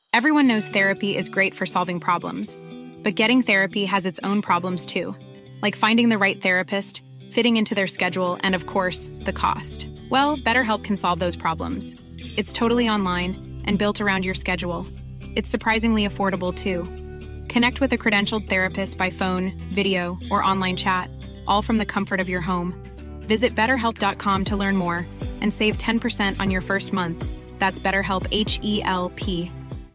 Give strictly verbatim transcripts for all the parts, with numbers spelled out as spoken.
Everyone knows therapy is great for solving problems, but getting therapy has its own problems too, like finding the right therapist, fitting into their schedule, and of course, the cost. Well, BetterHelp can solve those problems. It's totally online and built around your schedule. It's surprisingly affordable too. Connect with a credentialed therapist by phone, video, or online chat, all from the comfort of your home. Visit better help dot com to learn more and save ten percent on your first month. That's BetterHelp, H E L P.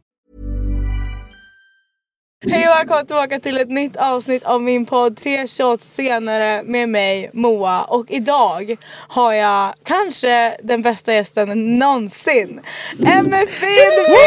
Hej och välkommen tillbaka till ett nytt avsnitt av min podd Tre shots senare med mig, Moa. Och idag har jag kanske den bästa gästen någonsin, M F B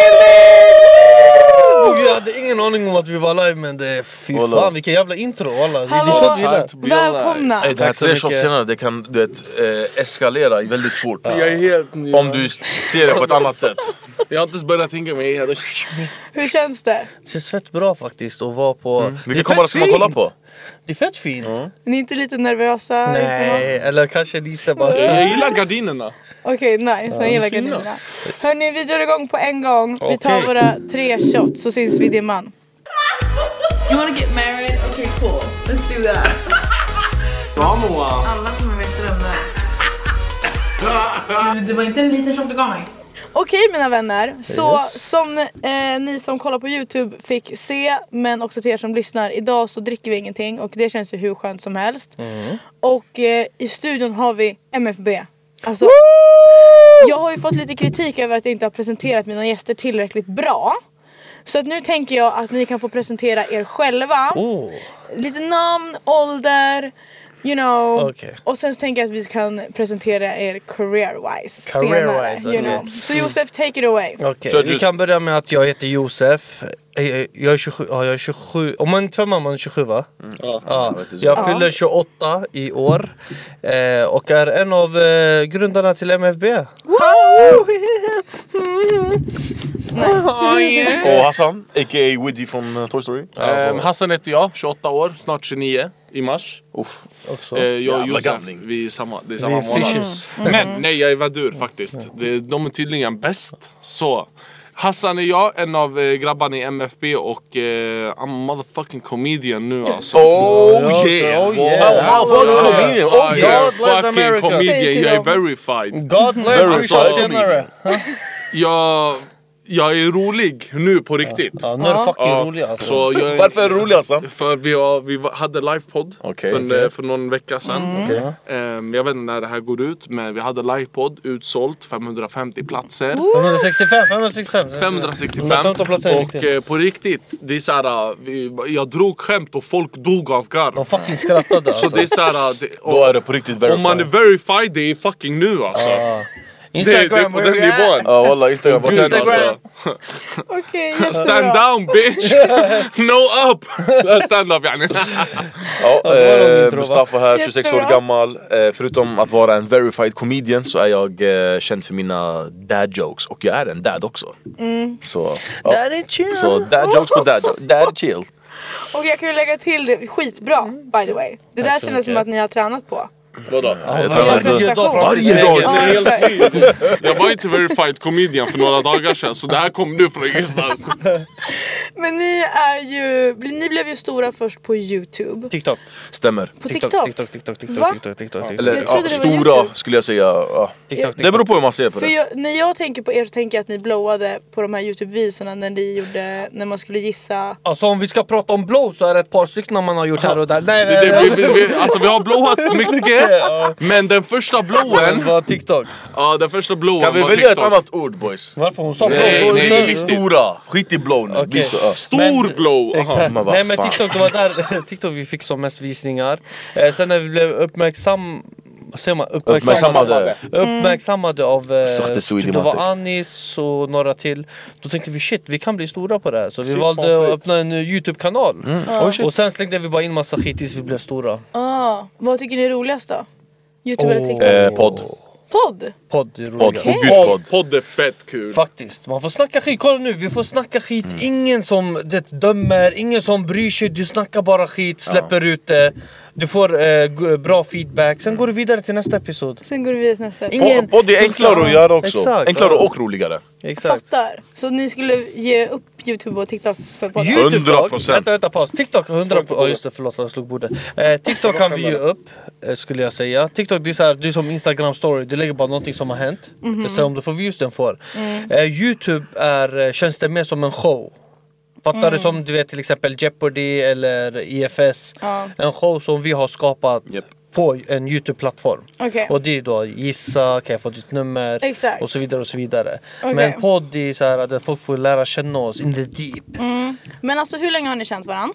Jag hade ingen aning om att vi var live, men det fy fan vilken jävla intro alla. Hallå, välkomna. Det här tre shots senare, det kan du vet, eh, eskalera väldigt fort. Jag är helt ny. Om du ser det på ett annat sätt. Jag har inte ens börjat tänka mig. Hur känns det? Det känns fett bra faktiskt att vara på. Mm. Vilka kommer ska man kolla på? Det är fett fint. Mm. Ni är inte lite nervösa? Nej, eller kanske lite bara. Jag gillar gardinerna. Okej, okay, nice. Jag gillar gardinerna. Hörrni, vi drar igång på en gång. Okay. Vi tar våra tre shots så syns vi dimman. You wanna get married? Okay, cool. Let's do that. Ja, Moa. Alla kommer veta vem det är. Det var inte en liten shot du gav mig. Okej mina vänner, så yes. som eh, ni som kollar på YouTube fick se, men också till er som lyssnar, idag så dricker vi ingenting och det känns ju hur skönt som helst. Mm. Och eh, i studion har vi M F B. Alltså, Woo! Jag har ju fått lite kritik över att jag inte har presenterat mina gäster tillräckligt bra. Så att nu tänker jag att ni kan få presentera er själva. Oh. Lite namn, ålder, you know. Okay. Och sen tänker jag att vi kan presentera er career-wise career senare, wise, you okay. know. Så Josef, take it away. Okej, okay. Vi kan börja med att jag heter Josef. Jag är tjugosju, ja, jag är tjugosju. Om man inte man är tjugosju va? Mm. Ja. Ja. Jag fyller tjugoåtta i år eh, och är en av eh, grundarna till M F B. Nice. Och Hassan, a k a. Woody från uh, Toy Story. um, Hassan heter jag, tjugoåtta år, snart tjugonio i mars. Uff. Också. Uh, jag och Josef, vi är samma, det är samma månad. Mm. Men nej, jag är vadur faktiskt. Det, de är tydligen bäst. Så Hassan är jag, en av eh, grabbarna i M F B och eh, I'm a motherfucking comedian nu alltså. Oh yeah, oh yeah, motherfucking comedian. Oh God bless America. Comedian, jag är verified. God bless America. Jag Jag är rolig nu på riktigt. Ja, nu är du fucking ja. rolig alltså. Så jag är... Varför är du rolig alltså? För vi, har, vi hade livepodd okay, för, okay. för någon vecka sedan. Mm. Okay. Um, jag vet inte när det här går ut, men vi hade livepodd, utsålt, femhundrafemtio platser. femhundrasextiofem, femhundrasextiofem. femhundrasextiofem. Och uh, på riktigt, det är såhär, vi, jag drog skämt och folk dog av garv. De fucking skrattade alltså. Så det är såhär, det, då är det på riktigt verified. Om man är verified, det är fucking nu alltså. Ah. Instagram, det, det är på den nivån. Ja, wallah, Instagram på den alltså. Okej, stand down bitch. No up. Stand up yani. Ja, eh, Mustafa här, tjugosex år gammal. eh, Förutom att vara en verified comedian så är jag eh, känd för mina dad jokes. Och jag är en dad också. mm. Så ja. Dad är chill. Så dad jokes på dad jokes. Dad är chill. Och jag kan ju lägga till det, skitbra by the way. Det där känns som att ni har tränat på. Vadå? Ja, jag varje dag. Varje dag. Jag var inte verified comedian för några dagar sedan, så det här kom nu från ingenstans. Men ni är ju, ni blev ju stora först på YouTube. TikTok. Stämmer. På TikTok? TikTok, TikTok, TikTok, TikTok, TikTok. Eller ja, stora skulle jag säga. Ja. TikTok, det beror på hur man ser på för det. jag, när jag tänker på er så tänker jag att ni blowade på de här YouTube-visorna när ni gjorde, när man skulle gissa. Alltså om vi ska prata om blow så är det ett par stycken man har gjort här och där. Nej, det, det, vi, vi, vi, alltså vi har blowat mycket. Men den första blowen var TikTok. Ja, den första blowen kan vi var välja TikTok. ett annat ord boys? Varför hon sa nej, blow? Nej, nej, stora. Skit i blow nu. Okay. Stor men, blow. Exakt. Men nej men TikTok, det var där TikTok vi fick som mest visningar. eh, Sen när vi blev uppmärksam ser man, uppmärksammade uppmärksammade mm. av eh, typ det var Anis och några till. Då tänkte vi shit, vi kan bli stora på det här. Så vi valde att öppna en YouTube-kanal. mm. ja. Och sen slängde vi bara in massa skit tills vi blev stora. ah, Vad tycker ni är roligast då? YouTube eller TikTok? Eh, podd. Podd? Podd är roligt. Okay. Och podd. Podd är fett kul. Faktiskt, man får snacka skit. Kolla nu, vi får snacka skit. mm. Ingen som det dömer, ingen som bryr sig. Du snackar bara skit, släpper ja. ut det. Du får eh, bra feedback. Sen går du vidare till nästa episod. Sen går du vidare till nästa. Ingen... Podd är enklare att göra också. Exakt. Enklare och roligare. Exakt. Fattar. Så ni skulle ge upp YouTube och TikTok för podden? hundra procent. Vänta, vänta, paus. TikTok hundra procent. Ja, oh, just det, förlåt för jag slog bordet. Eh, TikTok kan vi ge upp, eh, skulle jag säga. TikTok, det är så här, det är som Instagram story. Du lägger bara någonting som har hänt. Mm-hmm. Så om du får views, den får. Mm. Eh, YouTube är, känns det mer som en show. Fattar mm. du som du vet till exempel Jeopardy eller I F S. Ja. En show som vi har skapat yep. på en YouTube-plattform. Okay. Och det är då gissa, kan jag få ditt nummer? Exakt. Och så vidare och så vidare. Okay. Men podd är så här att folk får lära känna oss in the deep. Mm. Men alltså hur länge har ni känt varandra?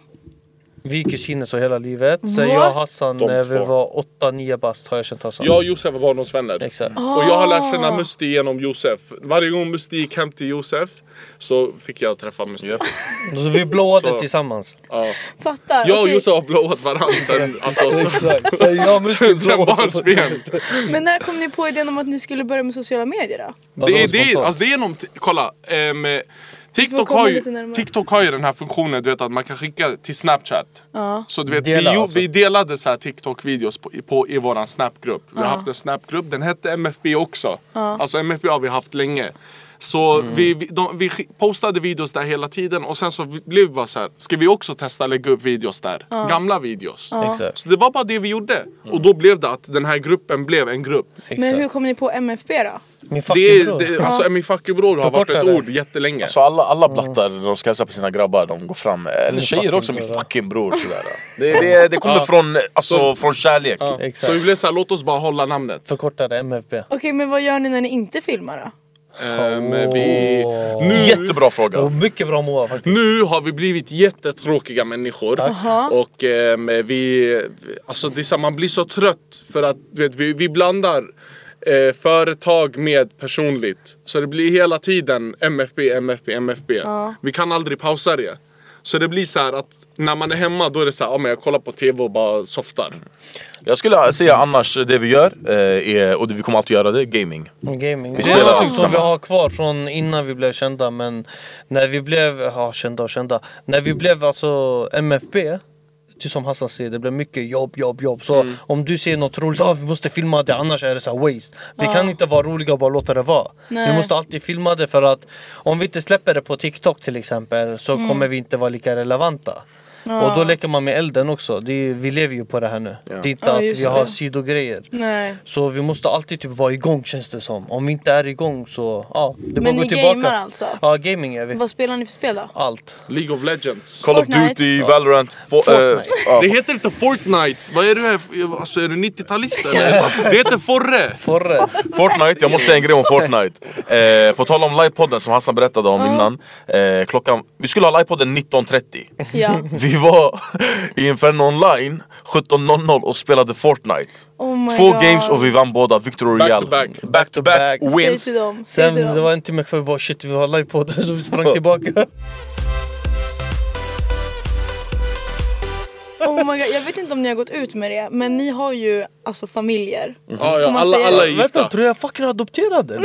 Vi är kusiner så hela livet. Så jag och Hassan, när vi var åtta nio bast har jag känt Hassan. Jag och Josef var barndomsvänner. Exakt. Oh. Och jag har lärt känna Musti genom Josef. Varje gång Musti gick hem till Josef så fick jag träffa Musti. Yep. Så vi blåade så, tillsammans. Ja. Fattar. Jag och okay. Josef har blåat varandra sen, alltså, Exakt. Så jag sen, sen barnsben. Men när kom ni på idén om att ni skulle börja med sociala medier då? Det är, det är, alltså, det är någon, kolla, eh, med TikTok har, ju, TikTok har ju den här funktionen, du vet, att man kan skicka till Snapchat. Ja. Så du vet, Dela, vi, alltså. vi delade så här TikTok-videos på, på, i våran Snap-grupp. Vi har ja. haft en Snap-grupp, den hette M F B också. Ja. Alltså M F B har vi haft länge. Så mm. vi, vi, de, vi postade videos där hela tiden. Och sen så blev vi bara så här, ska vi också testa lägga upp videos där? Ja. Gamla videos. Ja. Så det var bara det vi gjorde. Mm. Och då blev det att den här gruppen blev en grupp. Exakt. Men hur kom ni på M F B då? Min fucking bror. Det, det, alltså, min fucking bror har varit ett ord jättelänge. Alltså alla, alla blattar, när de ska hälsa på sina grabbar, de går fram. Eller tjejer också, min fucking bror. Sådär. Det, det, det kommer ja. från, alltså, så, från kärlek. Ja. Så vi blev såhär, låt oss bara hålla namnet. Förkortade M F B. Okej, okay, men vad gör ni när ni inte filmar då? Um, vi, nu, Jättebra fråga. Och mycket bra mål faktiskt. Nu har vi blivit jättetråkiga människor. Och um, vi, alltså det är så, man blir så trött för att du vet, vi, vi blandar eh, företag med personligt. Så det blir hela tiden M F B, M F B, M F B. Ja. Vi kan aldrig pausa det. Så det blir så här att när man är hemma då är det så här, ja, men jag kollar på tv och bara softar. Jag skulle säga annars det vi gör eh, är, och det vi kommer alltid göra det, gaming. Gaming. Det är något som vi har kvar från innan vi blev kända, men när vi blev ja, kända och kända, när vi blev alltså M F B, som Hassan säger, det blir mycket jobb, jobb, jobb. Så mm. om du ser något roligt, ah, vi måste filma det, annars är det så här waste. Vi ja. kan inte vara roliga och bara låta det vara. Nej. Vi måste alltid filma det, för att om vi inte släpper det på TikTok till exempel, så mm. kommer vi inte vara lika relevanta. Ja. Och då leker man med elden också. Det är, vi lever ju på det här nu. Ja. Det är inte ja, att vi det. har sidogrejer. Nej. Så vi måste alltid typ vara igång, känns det som. Om vi inte är igång så ja, det men bara ni gå tillbaka. Gamer alltså? Ja, gaming är vi. Vad spelar ni för spel då? Allt. League of Legends, Call Fortnite. of Duty, ja. Valorant, Fortnite. Uh, det heter inte Fortnite. Vad är du här? Alltså är du nittiotalist eller? Det heter Forre. Forre. Fortnite, jag måste säga en grej om Fortnite. Eh, på tal om livepodden som Hassan berättade om uh. innan. Eh, klockan, vi skulle ha livepodden nitton trettio. Ja. Vi var i Inferno online sjutton noll noll och spelade Fortnite. Oh Två God. games och vi vann båda Victory Royale. Back to back, back, to back, back wins. Sen det var en timme kvar, vi bara shit, vi har live på det, så vi sprang tillbaka. Oh my God, jag vet inte om ni har gått ut med det, men ni har ju alltså familjer. Mm. Ja, ja, alla, alla är gifta. Vänta, tror jag fucking adopterade?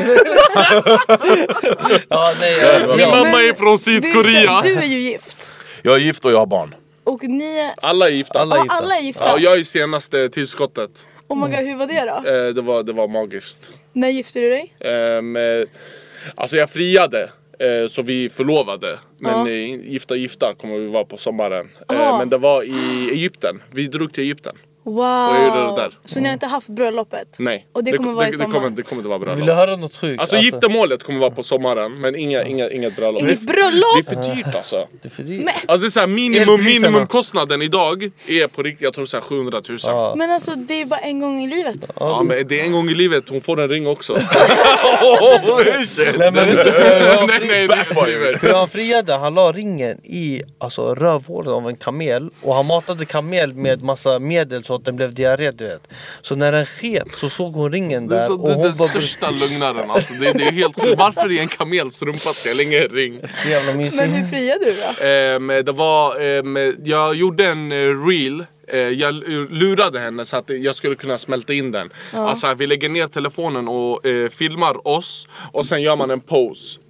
ja, nej, ja, min mamma är från Sydkorea. Du, du är ju gift. Jag är gift och jag har barn. Och ni... Alla är gifta. Alla är gifta. Ja, alla är gifta. Ja, jag är senaste tillskottet. Oh my God, hur var det då? Eh, det, var, det var magiskt. När gifte du dig? Eh, med, alltså jag friade. Eh, så vi förlovade. Men ja. eh, gifta gifta kommer vi vara på sommaren. Eh, men det var i Egypten. Vi drog till Egypten. Wow. Det där. Så ni har inte haft bröllopet? Nej. Och det kommer det, vara i det, sommar? Det kommer, det kommer inte vara bröllop. Vill du höra något sjukt? Alltså, alltså giftermålet kommer vara på sommaren. Men inga, inga, inget bröllop. Inget bröllop? Det är för dyrt alltså. Det är för dyrt. Men, alltså det är så här, minimum, minimumkostnaden idag är på riktigt, jag tror så här sjuhundratusen. Ja. Men alltså det är bara en gång i livet. Ja, ja men det är en gång i livet, hon får en ring också. nej, men nej, nej, nej, hur han friade, han la ringen i alltså, rövhålet av en kamel. Och han matade kamel med massa medel så att den blev diarré, du vet. Så när den sket så såg hon ringen där. Det är så, och det, hon den bara... största lugnaren alltså. det, det är helt sjukt. Varför i en kamels rumpa ska jag lägga en ring? Jävla mysigt. Men hur friade du då? Eh, det var, eh, jag gjorde en eh, reel. Jag lurade henne så att jag skulle kunna smälta in den. Ja. Alltså vi lägger ner telefonen och eh, filmar oss. Och sen gör man en pose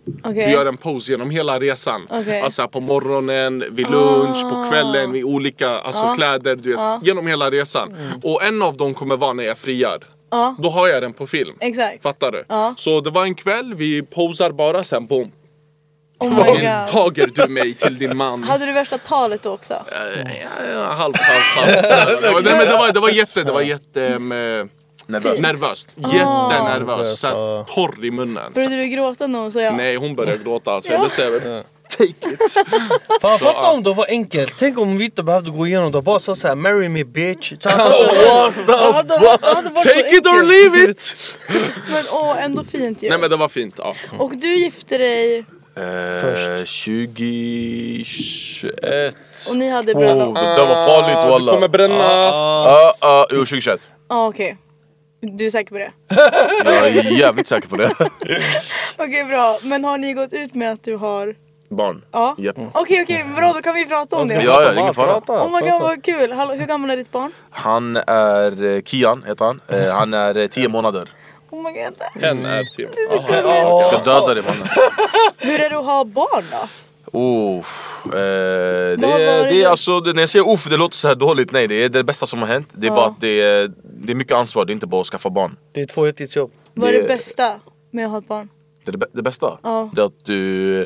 Okay. Vi gör en pose genom hela resan. Okay. Alltså på morgonen, vid lunch, ah. på kvällen, vid olika alltså, ah. kläder, du vet, ah. genom hela resan. Mm. Och en av dem kommer vara när jag friar. Ah. Då har jag den på film. Exakt. Fattar du? Ah. Så det var en kväll, vi posar bara, sen boom. Oh my God. Tager du mig till din man? Hade du värsta talet då också? Ja, ja, halvt, halvt, halvt. det, var, det, men det, var, det var jätte, det var jätte... Med, Nervöst. Nervöst. Jättenervös. Så torr i munnen. Började du gråta någon så jag? Nej, hon började gråta. Så jag säger, take it. Fan, fatta om det var enkelt. Tänk om vi inte behövde gå igenom det. Bara så såhär, marry me bitch. What the fuck? Take it or leave it. Men åh, ändå fint ju. Nej men det var fint, ja. Och du gifte dig? Eh, Först tjugo tjugoett. Och ni hade bröllop? Oh, det, det var farligt ah, walla. Det kommer brännas. Ja, uh, uh, uh, jo, tjugo tjugoett. Ja, ah, okej. Okay. Du är säker på det? Jag är jävligt säker på det. Okej, okay, bra. Men har ni gått ut med att du har barn? Ja. Yep. Okej, okay, okej. Okay. Bra, då kan vi prata om det. Ja, ja, det är ingen fara. Oh my God, vad kul. Hallå, hur gammal är ditt barn? Han är Kian, heter han. Uh, han är tio månader. Oh my God. En är tio. Jag ska döda dig, mannen. Hur är det att ha barn då? Oh, eh, det, det, det är alltså, det, när jag säger uff, det låter så här dåligt. Nej, det är det bästa som har hänt. Det är ja. bara att det är, det är mycket ansvar, det är inte bara att skaffa barn. Det är två heltidsjobb. Vad är det bästa med att ha ett barn? Det, det, det bästa? Ja. Det är att du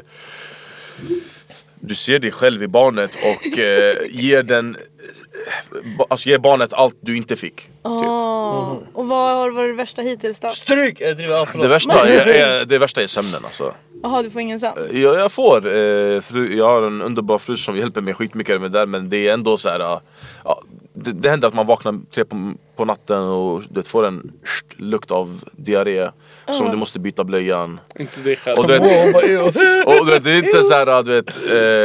Du ser dig själv i barnet och eh, ger den Alltså ger barnet allt du inte fick. Oh. Typ. Mm. Och vad har varit det värsta hittills då? Stryk! Jag driver av, det, värsta är, är, det värsta är sömnen alltså. Jaha, du får ingen sömn? Ja, jag får eh, fru, jag har en underbar fru som hjälper mig skitmycket med det där. Men det är ändå så här. Ja, det, det händer att man vaknar tre på, på natten och det får en st, lukt av diarré. Som uh. du måste byta blöjan. Inte det själv. Och, du vet, och du vet, det är inte så här, du vet,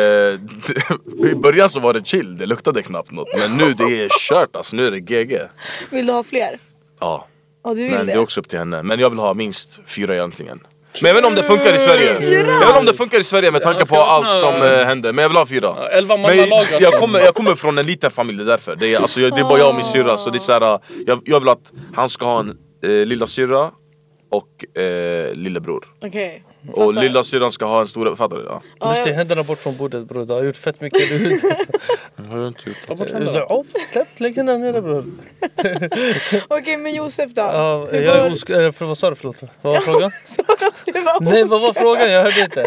eh, i början så var det chill, det luktade knappt något. Men nu det är kört, alltså, nu är det G G. Vill du ha fler? Ja, oh, du vill men det? det är också upp till henne. Men jag vill ha minst fyra egentligen. Men jag vet inte om det funkar i Sverige. Jag vet inte om det funkar i Sverige med tanke på allt som äh, händer. Men jag vill ha fyra. Ja, elva men jag, jag, kommer, jag kommer från en liten familj, det är därför. Det är, alltså, det är bara jag och min syrra. Så det är så här, jag, jag vill att han ska ha en eh, lilla syrra och eh, lillebror. Okej. Okay. Och lilla syrran ska ha en stor, fattar du? Ja. Ja, just det, händerna bort från bordet bror. Du har gjort fett mycket ljud. Jag har inte gjort det. Ja, släpp, lägg händerna nere bror. Okej, okay, men Josef då? Ja, jag är osk- för, vad sa du, förlåt? Vad var frågan? Nej, vad var frågan? Jag hörde inte.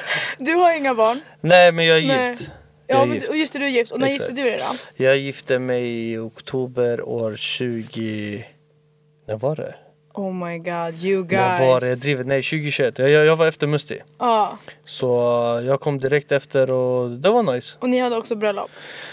Du har inga barn? Nej, men jag är Nej. gift. Ja, jag är men gift. Du, just det, du är gift. Och när Exakt. gifte du dig då? Jag gifte mig i oktober år tjugo... När var det? Oh my God, you guys. När var det? Jag driver, nej, tjugo tjugoett. Jag, jag, jag var efter Musti. Ja. Ah. Så jag kom direkt efter och det var nice. Och ni hade också bröllop?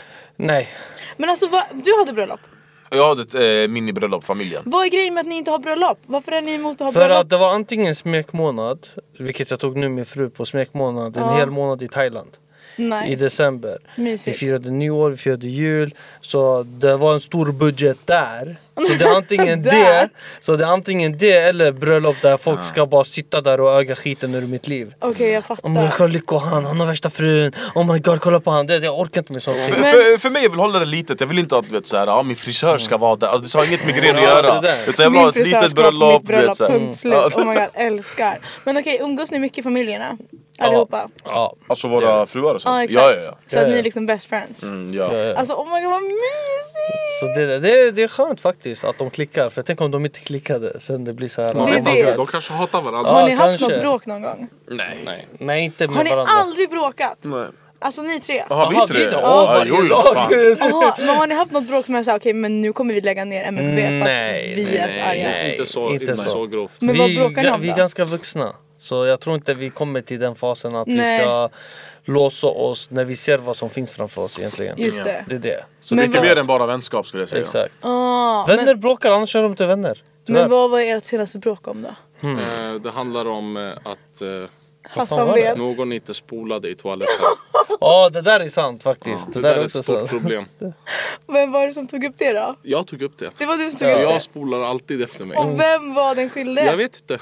Nej. Men alltså, vad, du hade bröllop? Jag hade ett eh, minibröllop, familjen. Vad är grejen med att ni inte har bröllop? Varför är ni emot att ha För bröllop? För att det var antingen smekmånad, vilket jag tog nu min fru på smekmånad, en ah. hel månad i Thailand. Nice. I december. Mysigt. Vi firade nyår, vi firade jul. Så det var en stor budget där. Så det är antingen det Så det är antingen det eller bröllop där folk ska bara sitta där och öga skiten ur mitt liv. Okej, okay, jag fattar. Oh my god, lycka han, han har värsta frun. Oh my god, kolla på han. Det, jag orkar inte med sånt. Men... För, för mig, jag vill hålla det litet. Jag vill inte att vet, så här, ja, min frisör ska vara där. Alltså, det har inget med grejen att göra. Utan jag vill ha ett litet bröllop. bröllop vet, punkt slut. Oh my god, älskar. Men okej, okay, umgås ni mycket i familjerna? Allihopa? Ja. ja. Alltså våra ja. fruar och så? Ja, exakt. Ja, ja, ja. Så ja, att ja. ni är liksom best friends? Mm, ja. Ja, ja. Alltså, oh my god, vad mysigt! Så det, det, det är skönt faktiskt att de klickar. För jag tänker om de inte klickade sen det blir så här. Det är det. De kanske hatar varandra. Har ni ja, haft kanske. något bråk någon gång? Nej. Nej, Nej inte med Har ni varandra. aldrig bråkat? Nej. Alltså ni tre? Jaha, vi tre? Ja, ja, jo, jo, fan. Aha, men har ni haft något bråk med att säga okej, okay, men nu kommer vi lägga ner M F B för att nej, vi nej, är så arga? nej, inte så, inte inte så. så grovt. Men vi, vad bråkar ni om vi är då? ganska vuxna. Så jag tror inte vi kommer till den fasen att nej. vi ska låsa oss när vi ser vad som finns framför oss egentligen. Just det. Det är det. Så men det är mer än bara vänskap skulle jag säga. Exakt. Ah, vänner men, bråkar, annars kör de till vänner. Tyvärr. Men vad var ert senaste bråk om då? Mm. Eh, det handlar om eh, att eh, Hassan vet. någon inte spolade i toaletten. Ja, det där är sant faktiskt. Ja, det, det där där är är också ett stort sant. problem. Vem var det som tog upp det då? Jag tog upp det. Det var du som tog Ja, upp jag det? spolar alltid efter mig. Och vem var den skyldige? Jag vet inte.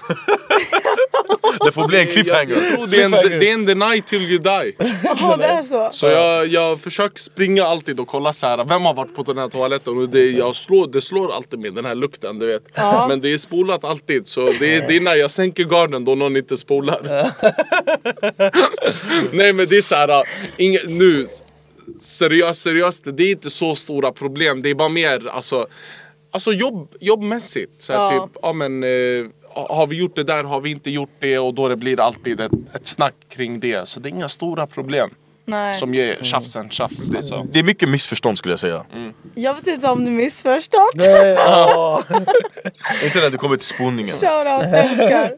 Det får bli en cliffhanger. Jag, jag tror det är en, det är en deny till you die. Ja, det är så. Så jag, jag försöker springa alltid och kolla så här. Vem har varit på den här toaletten? Och det, jag slår, det slår alltid med den här lukten, du vet. Ja. Men det är spolat alltid. Så det är, det är när jag sänker garden då någon inte spolar. Nej men det är såhär, inga, nu seriöst, seriöst, det är inte så stora problem. Det är bara mer alltså, alltså jobb, jobbmässigt. Så här, Ja. typ, ja men eh, har vi gjort det där, har vi inte gjort det, och då det blir alltid ett, ett snack kring det. Så det är inga stora problem. Nej. Som ger tjafsen tjafs. Det, Alltså. det är mycket missförstånd skulle jag säga. Mm. Jag vet inte om du missförstått. Nej, ja. Inte när det kommer till spolningen. Shoutout, älskar.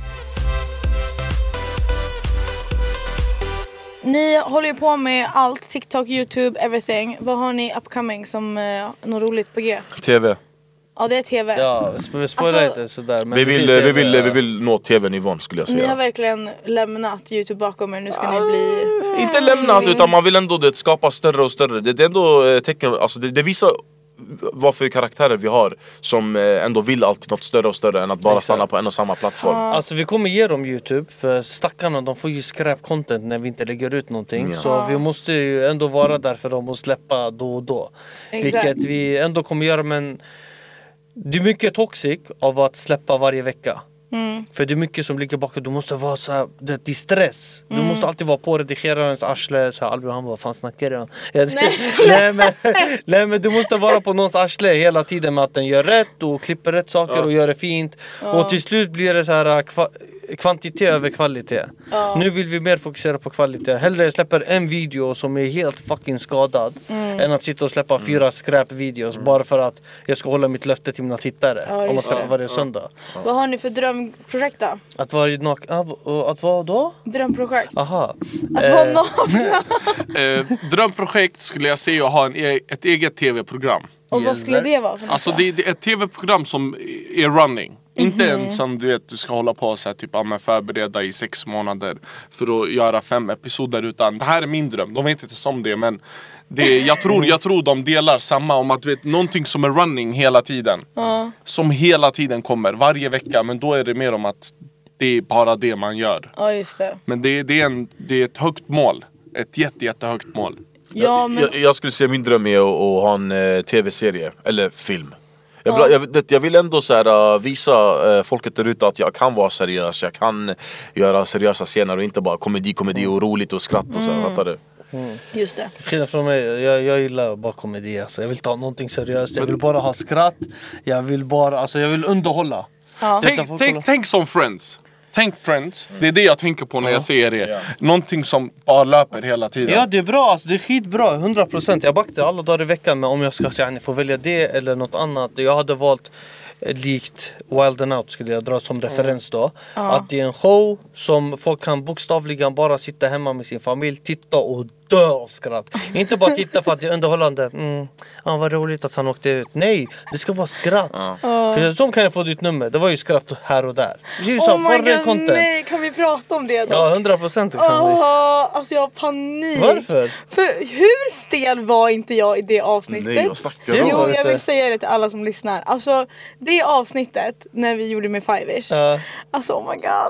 Ni håller ju på med allt, TikTok, YouTube, everything. Vad har ni upcoming som eh, något roligt på G? T V. Ja, det är T V. Ja, vi spoilar Alltså, inte sådär. Men Vi vill, ser vi, vill, ja. vi vill nå T V-nivån skulle jag Ni har säga. verkligen lämnat YouTube bakom er. Nu ska ni bli... Inte lämnat, utan man vill ändå det, skapa större och större. Det, det är ändå eh, tecken, alltså det, det visar vad för karaktärer vi har som eh, ändå vill alltid något större och större än att bara Exakt. stanna på en och samma plattform. Alltså vi kommer ge dem YouTube, för stackarna de får ju skräp-content när vi inte lägger ut någonting. Ja. Så vi måste ju ändå vara där för dem och släppa då och då. Exakt. Vilket vi ändå kommer göra, men det är mycket toxic av att släppa varje vecka. Mm. För det är mycket som ligger bakom. Du måste vara så här, det, det är stress. Du måste alltid vara på redigerarens arsle. Så här, Albin han bara, vad fan snackar du om? Jag- Nej. nej, men, nej men du måste vara på någons arsle hela tiden med att den gör rätt och klipper rätt saker och gör det fint. Och till slut blir det så här kva, kvantitet över kvalitet. Ja. Nu vill vi mer fokusera på kvalitet. Hellre jag släpper en video som är helt fucking skadad än att sitta och släppa fyra skräpvideos bara för att jag ska hålla mitt löfte till mina tittare. Ja, om att just släppa det. varje söndag. Vad har ni för drömprojekt då? Att vara naken. Att vara då? Drömprojekt? Aha. Att vara nakna? Eh, drömprojekt skulle jag säga att ha en e- ett eget tv-program. Och vad skulle det vara? För Alltså det, det är ett tv-program som är running. Inte en som du vet du ska hålla på så här, typ, ja, men förbereda i sex månader för att göra fem episoder, utan det här är min dröm. De vet inte som det, men det, jag, tror, jag tror de delar samma om att du vet, någonting som är running hela tiden. Ja. Som hela tiden kommer, varje vecka. Men då är det mer om att det är bara det man gör. Ja, just det. Men det, det, är, en, det är ett högt mål. Ett jätte, jättehögt mål. Ja, men... jag, jag skulle säga min dröm är att, att ha en eh, tv-serie, eller film. Jag vill, jag, det- jag vill ändå så här, uh, visa uh, folket där ute att jag kan vara seriös. Jag kan göra seriösa scener och inte bara komedi, komedi och roligt och skratt och så här, fattar du? Just det. Skillnad från mig, jag, jag gillar bara komedi alltså. Jag vill ta någonting seriöst, jag vill bara ha skratt. Jag vill bara, alltså jag vill underhålla. Ja. Detta Tänk, får tänk, kolla. tänk som Friends. Tänk Friends. Det är det jag tänker på när jag ser det. Någonting som bara löper hela tiden. Ja det är bra, alltså, det är skitbra, hundra procent. Jag backar alla dagar i veckan, men om jag ska säga, få välja det eller något annat. Jag hade valt eh, likt Wild and Out skulle jag dra som referens då. Att det är en show som folk kan bokstavligen bara sitta hemma med sin familj, titta och dö av skratt. Inte bara titta för att det är underhållande. Mm, ah, vad roligt att han åkte ut. Nej, det ska vara skratt. För som kan jag få ditt nummer? Det var ju skratt här och där. Det är ju så, Oh my bara god, content. nej! Kan vi prata om det då? Ja, hundra procent kan vi. Åh, alltså jag har panik. Varför? För hur stel var inte jag i det avsnittet? Nej, vad snackar du om? Jo, var jag inte. vill säga det till alla som lyssnar. Alltså det avsnittet när vi gjorde med Five-ish. Ja. Alltså oh my god.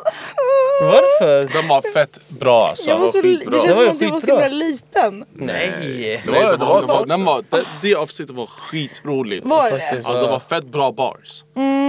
Varför? Den var fett bra alltså. Jag var så, det skitbra. känns Det var som ju att jag var så skitbra. himla liten. Nej. Det var, det var, det var, den var, det, det avsnittet var skitroligt. Var det? faktiskt. Alltså det var fett bra bars.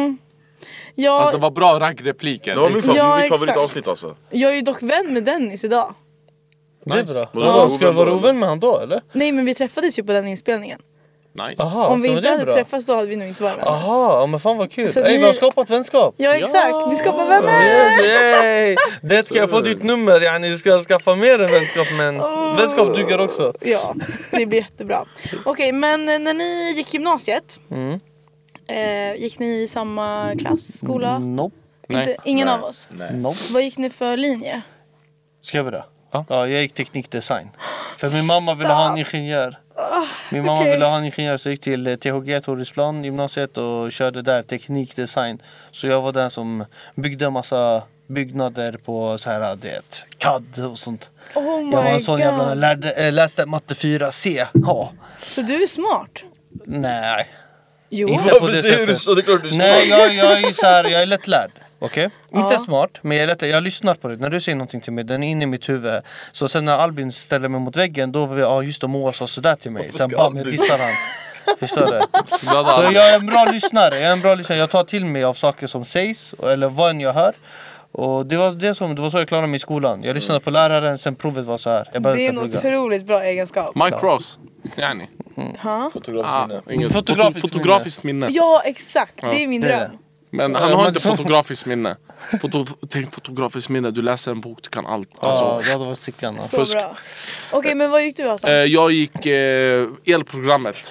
Jag, Alltså det var bra raggrepliker. det var min, Ja, ja, mitt exakt. favoritavsnitt alltså. jag är ju dock vän med Dennis idag. Det är Nice. bra. Och Ja, då var ska jag vara ovän då, ovän med han då eller? Nej men vi träffades ju på den inspelningen. Nice. Aha, Om vi men inte det är hade bra. träffats då hade vi nog inte varit vänner. Aha, ja, men fan vad kul. Så Ey, ni- vi har skapat vänskap. Ja exakt, ni skapar vänner! Yes, yay. Det ska jag få ditt nummer, yani, du ska skaffa mer än vänskap, men vänskap duger också. Ja, det blir jättebra. Okej, men eh, när ni gick gymnasiet, Mm. eh, gick ni i samma klass, skola? Nope. Nej. Inte, ingen Nej. av oss. Nej. Nope. Vad gick ni för linje? Ska vi det? Ja. Ja, jag gick teknikdesign. För min mamma ville ha en ingenjör. Min mamma okej. ville ha en ingenjör, så jag gick till eh, T H G, Torrisplan, gymnasiet och körde där teknikdesign. Så jag var den som byggde massa byggnader på så här, det, C A D och sånt. Oh my Jag var en sån jävla, god. lärde, äh, läste matte fyra C. Ja. Så du är smart? Nej. Jo. Inte på Varför det säger du sättet. så? Det är klart du är Nej, smart. jag, jag är så här, jag är lättlärd. Okej? Inte Ja. smart, men jag är lättlärd. Jag lyssnar på det. När du säger någonting till mig, den är inne i mitt huvud. Så sen när Albin ställer mig mot väggen, då vill jag, ja just det, Moa sa sådär till mig. Sen ska bam, jag Albin- dissar han. Förstår du? Glada Så alla. jag är en bra lyssnare. Jag är en bra lyssnare. Jag tar till mig av saker som sägs, eller vad än jag hör. Och det var, det, som, det var så jag klarade mig i skolan. Jag lyssnade på läraren, sen provet var så här. Jag det är en otroligt bra egenskap. Mike Ross. Yani. Mm. Ha? Fotografiskt ah, minne. Fotografiskt, fotografiskt minne. minne. Ja, exakt. Ja. Det är min dröm. Men han har inte fotografiskt minne. Foto, tänk fotografiskt minne, du läser en bok, du kan allt. Alltså, ja, det hade varit sickan. Så fusk. Bra. Okej, okay, men vad gick du alltså? Jag gick eh, elprogrammet.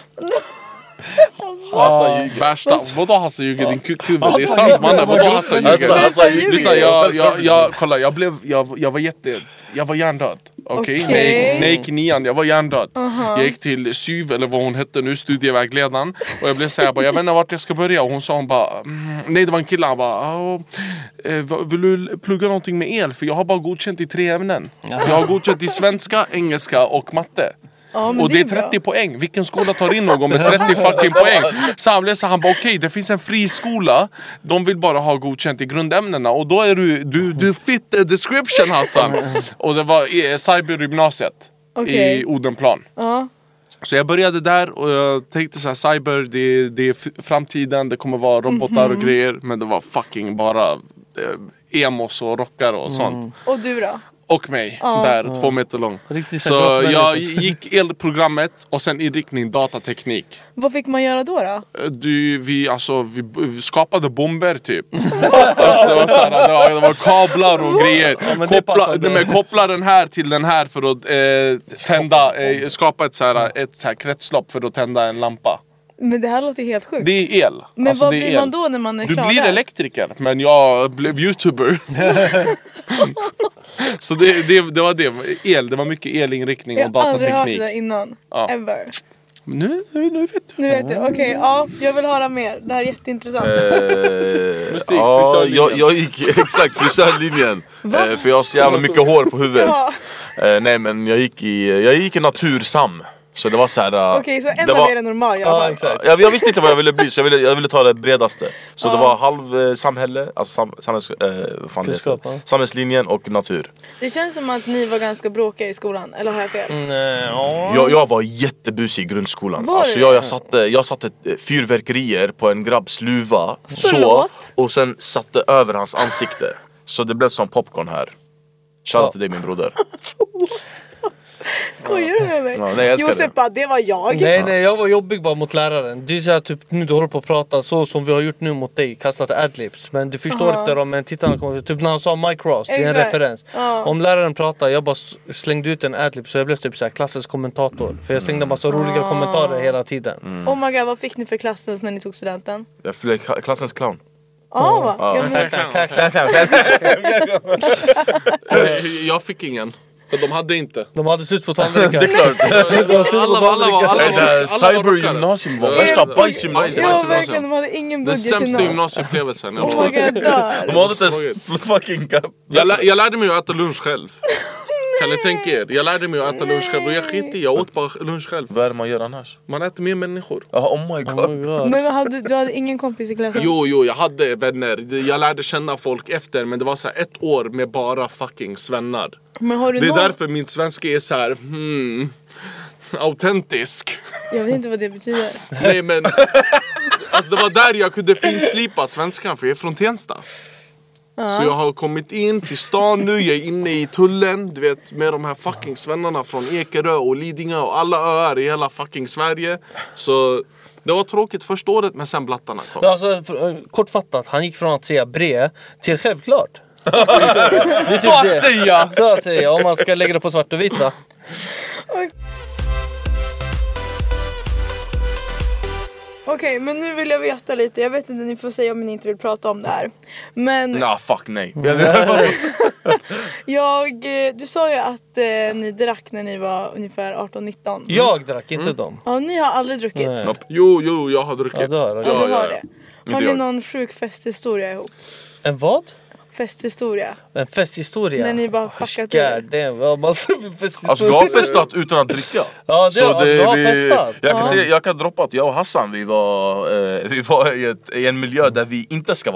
Hassa ljuger. Värsta. Vadå Hassa ljuger? Din kukhuvud. Det är sant mannen. Vadå Hassa ljuger? Lyssna, jag, jag, jag, kolla, jag blev, jag, jag var jätte, jag var hjärndöd. Okej, okay? okay. När jag gick i nian, jag var hjärndöd. Uh-huh. Jag gick till Syv, eller vad hon hette nu, studievägledaren. Och jag blev såhär, jag vet inte vart jag ska börja. Och hon sa, hon bara, mm, nej det var en kille, han bara, vill du plugga någonting med el? För jag har bara godkänt i tre ämnen. Jag har godkänt i svenska, engelska och matte. Ja, och det är trettio bra. Poäng. Vilken skola tar in någon med trettio fucking poäng? Så han blev så han bara okej, okay, det finns en fri skola. De vill bara ha godkänt i grundämnena. Och då är du, du, du fit the description Hassan. Och det var i cybergymnasiet okay. i Odenplan. Uh. Så jag började där och jag tänkte så här, cyber, det, det är framtiden. Det kommer vara robotar mm-hmm. och grejer. Men det var fucking bara eh, emos och rockar och sånt. Mm. Och du då? Och mig, ah. där, ah. två meter lång. Riktigt så jag gick elprogrammet och sen inriktning datateknik. Vad fick man göra då då? Du, vi, alltså, vi skapade bomber typ. alltså, så här, det, var, det var kablar och grejer. Ja, koppla, men, koppla den här till den här för att eh, tända, eh, skapa ett, så här, ett så här, kretslopp för att tända en lampa. Men det här låter helt sjukt. Det är el. Men alltså, vad det är blir el. man då när man är du klar? Du blir där? elektriker, men jag blev youtuber. Så det, det, det var det. El, det var mycket elinriktning och datateknik. Jag har aldrig hört det innan. Ja. Ever. Nu, nu, nu vet du. Nu vet jag. Okej, okay, ja, jag vill höra mer. Det här är jätteintressant. Eh, Mystik, ja, jag, jag gick exakt frisörlinjen. eh, för jag har så jävla mycket hår på huvudet. Ja. Eh, nej men jag gick i jag gick i natursam. Så det var så här. Okej, okay, så ända var, mer än normal. Jag, ja, exakt. Jag, jag visste inte vad jag ville bli, så jag ville, jag ville ta det bredaste. Så ja. Det var halv eh, samhälle, alltså sam, samhälls, eh, fan det ja. samhällslinjen och natur. Det känns som att ni var ganska bråkiga i skolan, eller har jag fel? Mm, ja. jag, jag var jättebusig i grundskolan. Var alltså jag, jag, satte, jag satte fyrverkerier på en grabbs luva. Så, och sen satte över hans ansikte. Så det blev som popcorn här. Shoutout ja. till dig min broder. Skojar du med mig? Ja, nej, Josef bara, det var jag. Nej nej, jag var jobbig bara mot läraren. Du säger typ, nu du håller på att prata så som vi har gjort nu mot dig, kastat adlibs. Men du förstår uh-huh. inte om en tittarna kommer, typ när han sa Mike Ross, det är en exactly. referens. Uh-huh. Om läraren pratar, jag bara slängde ut en adlib så jag blev typ såhär klassens kommentator. För jag slängde en massa roliga uh-huh. kommentarer hela tiden. Mm. Oh my god, vad fick ni för klassens när ni tog studenten? Jag fick klassens clown. Oh, oh. Jag fick ingen. För de hade inte. De hade slut på tandläkare. Det är klart. alla var alla var alla cybergymnasium var värsta bajsgymnasium. Ja verkligen, de hade ingen budget. Den sämsta gymnasieupplevelsen. Oh my god. De hade inte fucking jag, lär, jag lärde mig att äta lunch själv. Kan ni tänka er? Jag lärde mig att äta lunch själv och jag skit i, jag åt bara lunch själv. Vad är det man gör annars? Man äter med människor. Oh, oh my god. Oh my god. Men hade, du hade ingen kompis i klassen? Jo, jo, jag hade vänner. Jag lärde känna folk efter, men det var så här ett år med bara fucking svennar. Men har du det är någon... därför min svenska är så här, hmm, autentisk. Jag vet inte vad det betyder. Nej men, alltså det var där jag kunde finslipa svenskan, för jag är från Tensta. Så jag har kommit in till stan nu, jag är inne i tullen, du vet, med de här fucking svennarna från Ekerö och Lidingö och alla öar i hela fucking Sverige. Så det var tråkigt första året, men sen blattarna kom. Ja, alltså, för, kortfattat, han gick från att säga bre till självklart. Typ så att det. säga! Så att säga, om man ska lägga det på svart och vit va? Okej, okay, men nu vill jag veta lite. Jag vet inte, ni får säga om ni inte vill prata om det här. Men... Nah, fuck nej. jag, du sa ju att eh, ni drack när ni var ungefär arton nitton. Jag drack, inte mm. dem. Ja, ni har aldrig druckit. Nej. Jo, jo, jag har druckit. Ja, du har, ja, ja, du har det. Har inte ni jag. någon sjuk festhistoria ihop? En vad? Festhistoria. En festhistoria? När ni bara fuckat er. Det är alltså, alltså vi har festat utan att dricka. Ja, det, så alltså, det, vi har festat. Jag kan, ja. säga, jag kan droppa att jag och Hassan, vi var, eh, vi var i, ett, i en miljö där vi inte ska vara.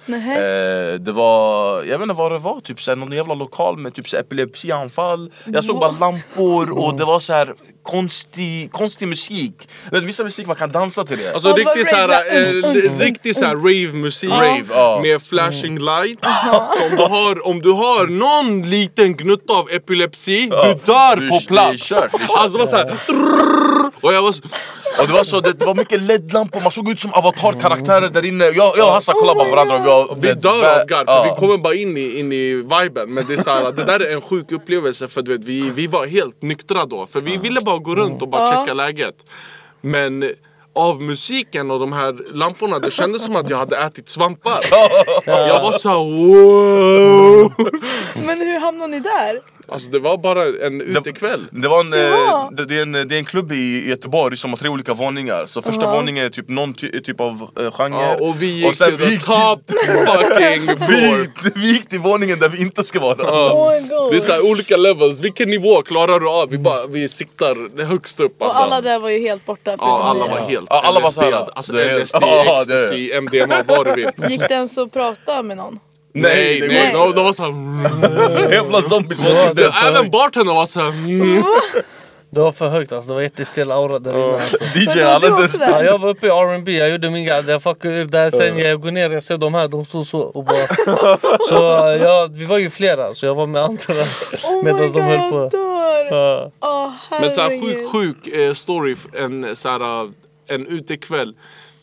eh, Det var, jag vet inte vad det var, typ såhär, någon jävla lokal med typ såhär epilepsianfall. Jag såg bara lampor och det var så här konstig, konstig musik. Vet, vissa musik man kan dansa till det. Alltså oh, riktigt såhär, äh, riktigt såhär rave-musik rave, uh. med flashing lights. uh. Så om du, har, om du har någon liten gnutta av epilepsi, uh. du dör du, på plats. Det är kört, det är kört. Alltså det var såhär och jag var så... Och det var så, det var mycket L E D-lampor, man såg ut som avatar-karaktärer där inne. Jag, jag och Hassan kollade på varandra och vi, var, vi dör av garv, för vi kommer bara in i, in i viben. Men det är så här, det där är en sjuk upplevelse för du vet, vi, vi var helt nyktra då. För vi ville bara gå runt och bara checka läget. Men av musiken och de här lamporna, det kändes som att jag hade ätit svampar. Jag var så här, wow. Men hur hamnade ni där? Alltså det var bara en utekväll. Det, det var en, ja. det, det, är en, det är en klubb i Göteborg som har tre olika våningar. Så första uh-huh. våningen är typ någon ty, typ av uh, genre. Ja, och vi gick och till the top fucking floor. Vi, vi gick till våningen där vi inte ska vara. Uh. Oh my God. Det är så här olika levels. Vilken nivå klarar du av? Vi, bara, vi siktar högst upp. Alltså. Och alla där var ju helt borta. Ja, alla var helt ja, alla var så här. Alltså L S D, ah, ecstasy, M D M A, vad du vill. Gick den så prata med någon? Nej, nej, nej. De, de var såhär jävla zombies. Även bartendern var såhär Det var för högt alltså, det var jättestel aura där inne alltså. D J hade inte ja, jag var uppe i R and B, jag gjorde min grej. Jag fuckade där sen, jag går ner, jag ser de här, de stod så och bara så ja, vi var ju flera, så jag var med andra oh medan de höll på uh. oh, men såhär sjuk, sjuk eh, story, en såhär en utekväll.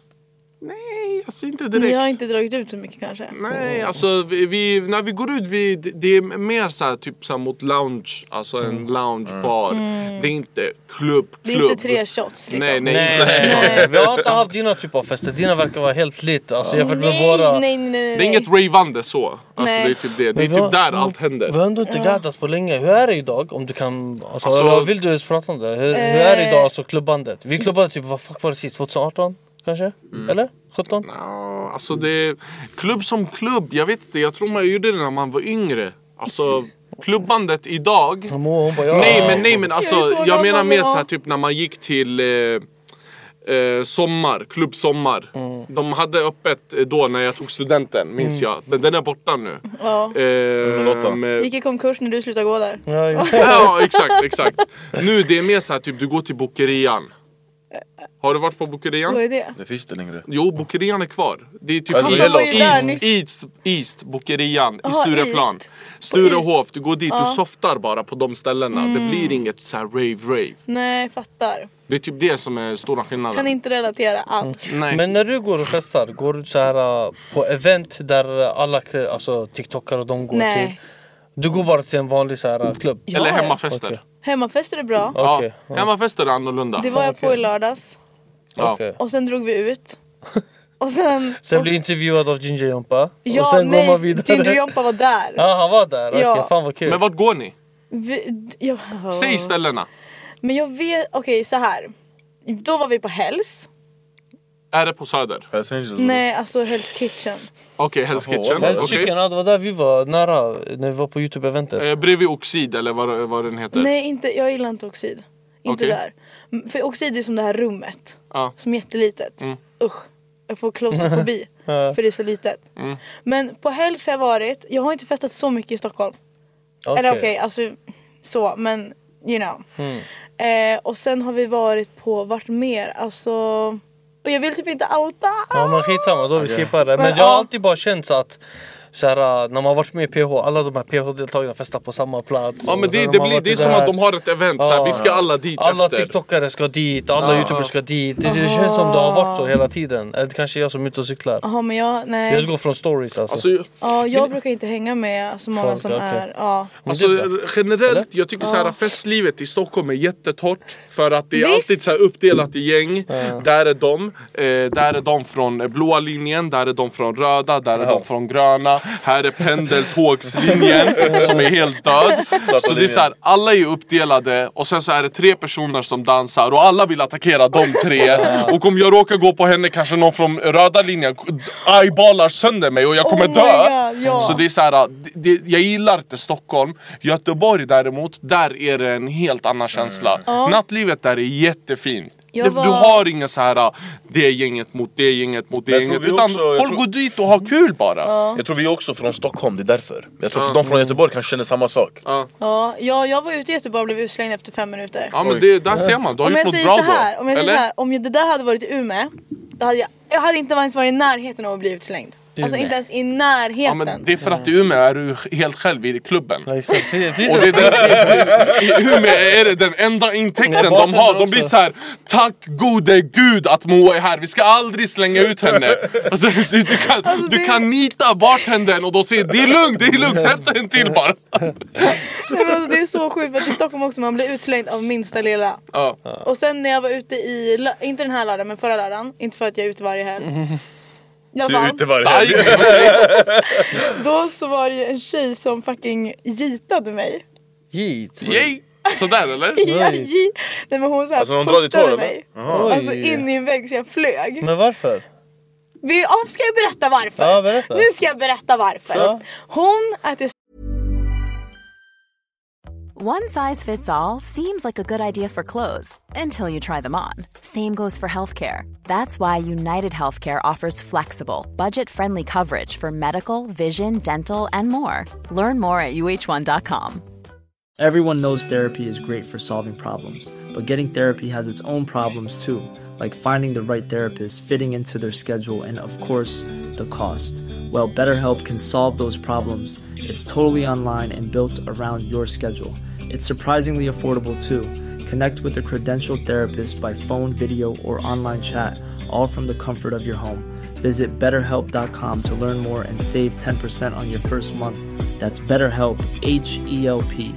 Nej, alltså inte direkt. Ni har inte dragit ut så mycket kanske? Nej, alltså vi, vi, när vi går ut, vi, det är mer så här, typ så här mot lounge. Alltså en mm. loungebar. Mm. Det är inte klubb, klubb. Det är inte tre shots liksom. Nej, nej, nej, nej, nej. Vi har inte haft dina typ av fester. Dina verkar vara helt lit. Alltså oh, jämfört med nej, våra... nej, nej, nej. Det är inget ravande så. Alltså nej. Det är typ det. Det är typ där allt händer. Vi har ändå inte gaddat på länge. Hur är det idag? Om du kan... Alltså, alltså, vill du prata om det? Hur, eh. hur är det idag alltså klubbandet? Vi klubbade typ, vad fuck var det sist? tjugo arton? Kanske? Mm. Eller? sjutton? No, alltså det... Klubb som klubb, jag vet inte. Jag tror man gjorde det när man var yngre. Alltså... Klubbandet idag. Må, bara, ja. Nej men nej men alltså jag, jag menar mer så här typ när man gick till eh, eh, sommar, klubb sommar. Mm. De hade öppet då när jag tog studenten, minns mm. jag. Men den är borta nu. Ja. Eh, med... Gick i konkurs när du slutade gå där. Ja, ja exakt, exakt. Nu det är mer så här typ du går till Bokerian. Har du varit på Bokerian? Vad är det? Det finns det längre. Jo, Bokerian är kvar. Det är typ alltså, East, East, East, East Bokerian i Stureplan. East. Sturehof, du går dit och uh. softar bara på de ställena. Mm. Det blir inget så här rave-rave. Nej, fattar. Det är typ det som är stora skillnaden. Kan inte relatera alls. Mm. Nej. Men när du går och festar, går du så här på event där alla alltså, TikTokare och de går Nej. till? Du går bara till en vanlig så här klubb? Ja. Eller hemmafester. Okay. Hemmafester är bra. Ja, okay. hemmafester är annorlunda. Det var jag på i lördags. Ja. Okay. Och sen drog vi ut. Och sen sen blev intervjuad av Ginger Jompa. Ja, och sen nej, går man vidare. Ginger Jompa var där. Ja, han var där. Okej, ja. okay, fan vad kul. Men vart går ni? Vi, ja. Säg ställena. Men jag vet, okej okay, så här. Då var vi på Hells. Är det på Söder? Nej, alltså Hell's Kitchen. Okej, okay, Hell's Kitchen. Hell's okay. Chicken, det var där vi var nära när vi var på YouTube-eventet. Eh, bredvid Oxid eller vad, vad den heter? Nej, inte, jag gillar inte Oxid. Inte okay. där. För Oxid är som det här rummet. Ah. Som är jättelitet. Mm. Usch, jag får klaustrofobi. För det är så litet. Mm. Men på Hells har jag varit. Jag har inte festat så mycket i Stockholm. Okay. Eller okej, okay, alltså så. Men, you know. Mm. Eh, och sen har vi varit på vart mer. Alltså... Och jag vill typ inte outa. Ja men skitsamma, då vi skippar det. Men, men jag har alltid bara känt så att så här, när man har varit med i P H, alla de här P H-deltagarna festar på samma plats. Ja men det, det, blir, det är som att de har ett event, så här, vi ska alla dit alla efter. Alla TikTokare ska dit, alla ja. YouTubers ska dit. Det, det känns som det har varit så hela tiden. Eller kanske jag som är ute och cyklar. Jaha men jag, nej. Jag går från stories alltså. alltså ja, jag men... brukar inte hänga med så många folk, som okay. är. Ja. Alltså generellt, jag tycker så här, festlivet i Stockholm är jättetorrt. För att det är Visst. alltid så här uppdelat i gäng. Ja. Där är de, eh, där är de från blåa linjen, där är de från röda, där är ja. de från gröna. Här är pendeltågslinjen som är helt död. Så, så det är så här, alla är uppdelade och sen så är det tre personer som dansar och alla vill attackera de tre. Och om jag råkar gå på henne, kanske någon från röda linjen eyeballar sönder mig och jag kommer oh dö. God, ja. Så det är så här, det, jag gillar inte Stockholm. Göteborg däremot, där är det en helt annan känsla. Mm. Nattlivet där är jättefint. Det, var... Du har inga så här det gänget mot det gänget mot det gänget. Utan också, folk tror... går dit och har kul bara. Ja. Jag tror vi är också från Stockholm, det är därför. Jag tror ja. de från Göteborg kan känna samma sak. Ja, ja, ja jag var ute i Göteborg och blev utslängd efter fem minuter. Ja men det, där ser man, du har om gjort något bra så här, då. Om jag säger så här, om det där hade varit i Umeå, då hade jag, jag hade inte ens varit i närheten av att bli utslängd. Alltså inte ens i närheten. Ja, men det är för att i Umeå är du helt själv i klubben. Ja, exakt. Det, det, och det, det, i Umeå är det den enda intäkten de har. De blir så här: tack gode gud att Moa är här. Vi ska aldrig slänga ut henne. Alltså, du, du, kan, alltså, du det... kan nita bartendern och då säger det är lugnt, det är lugnt, hämta en till bara. Nej, men alltså, det är så sjukt för att i Stockholm också man blir utslängd av minsta lilla. Ja. Och sen när jag var ute i, inte den här lördagen men förra lördagen, inte för att jag är ute varje helg. Mm. Du är ute varje helg. Då så var det ju en tjej som fucking gitade mig. Git? Yay! Sådär eller? Ja, gi- Nej men hon så här alltså, hon drar ditt hår, mig. Alltså in i en vägg så jag flög. Men varför? Vi, ja, ska jag berätta varför? Ja, berätta. Nu ska jag berätta varför. Så. Hon äter... One size fits all seems like a good idea for clothes until you try them on. Same goes for healthcare. That's why United Healthcare offers flexible, budget-friendly coverage for medical, vision, dental, and more. Learn more at U H one dot com. Everyone knows therapy is great for solving problems, but getting therapy has its own problems too, like finding the right therapist, fitting into their schedule, and of course, the cost. Well, BetterHelp can solve those problems. It's totally online and built around your schedule. It's surprisingly affordable too. Connect with a credentialed therapist by phone, video, or online chat, all from the comfort of your home. Visit better help dot com to learn more and save ten percent on your first month. That's BetterHelp, H E L P.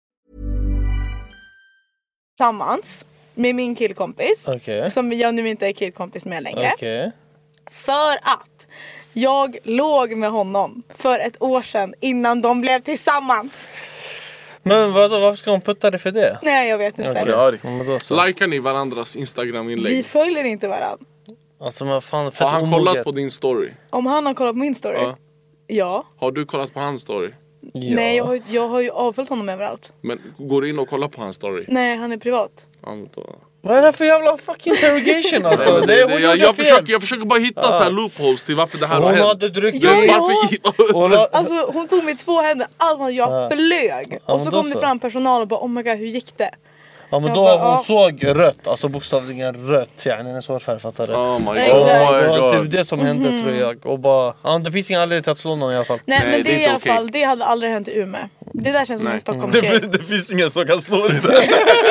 Tillsammans med min killkompis, okay. som jag nu inte är killkompis med längre. Okay. För att jag låg med honom för ett år sedan innan de blev tillsammans. Men vadå, varför ska hon putta det för det? Nej, jag vet inte. Okay. Likar ni varandras Instagram-inlägg? Vi följer inte varandra. Alltså, men fan, har han omoget. kollat på din story? Om han har kollat på min story? Ja. ja. Har du kollat på hans story? Ja. Nej, jag har, jag har ju avföljt honom överallt. Men går du in och kollar på hans story? Nej, han är privat. Ja, då... Vad är det för jävla fucking interrogation alltså? Nej, det, det, det, jag, jag, försöker, jag försöker bara hitta ah. så här loopholes till varför det här hon har hänt. Hon hade druckit. Ja, ja. Hon hade... Alltså hon tog mig två händer, allt man jag ah. flög. Och så kom det fram personal och bara oh my god, hur gick det? Ja men då bara, hon ja. såg rött, alltså bokstavligen rött, yani en svår färg, fattar du? Oh my god. Oh det var typ det som hände mm. tror jag. Och bara, ja, det finns ingen anledning till att slå någon i alla fall. Nej, Nej men det, det i alla okay. fall, det hade aldrig hänt i Umeå. Det där känns som en Stockholmsgrej. Mm. Det, det finns ingen som kan slå dig där.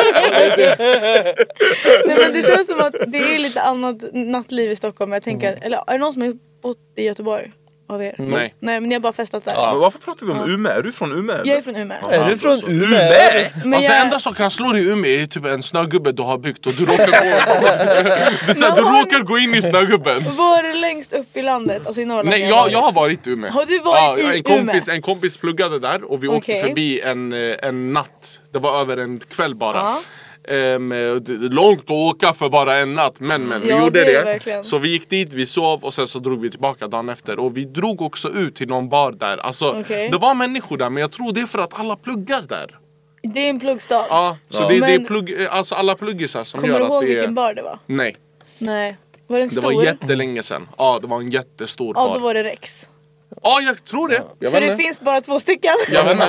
Nej men det känns som att det är lite annat nattliv i Stockholm. Jag tänker, mm. eller är det någon som har bott i Göteborg? Av er? Nej. Nej men jag har bara festat där. Ja, men varför pratar vi om ja. Umeå? Är du från Umeå? Jag är från Umeå. Ja, är du från Umeå? Umeå? Men alltså, jag... det enda som kan slå dig i Umeå är typ en snögubbe du har byggt och du råkar gå, du, så, du råkar gå in i snögubben. Var det längst upp i landet? Alltså i Norrland? Nej, jag, jag har varit i Umeå. Har du varit ja, i en kompis, Umeå? En kompis pluggade där och vi okay. åkte förbi en, en natt. Det var över en kväll bara. Ja. Um, långt att åka för bara en natt. Men, men ja, vi gjorde det, det. Så vi gick dit, vi sov och sen så drog vi tillbaka dagen efter. Och vi drog också ut till någon bar där. Alltså okay. det var människor där, men jag tror det är för att alla pluggar där. Det är en pluggstad. Ja, så ja. det, men... det är plugg, alltså alla pluggisar som kommer gör att det är... Kommer du ihåg vilken bar det var? Nej. Nej. Var det en det stor? var jättelänge sedan. Ja, det var en jättestor bar. Ja, då var det Rex. Ja, jag tror det. Jag för det inte. Finns bara två stycken. Jag vet inte.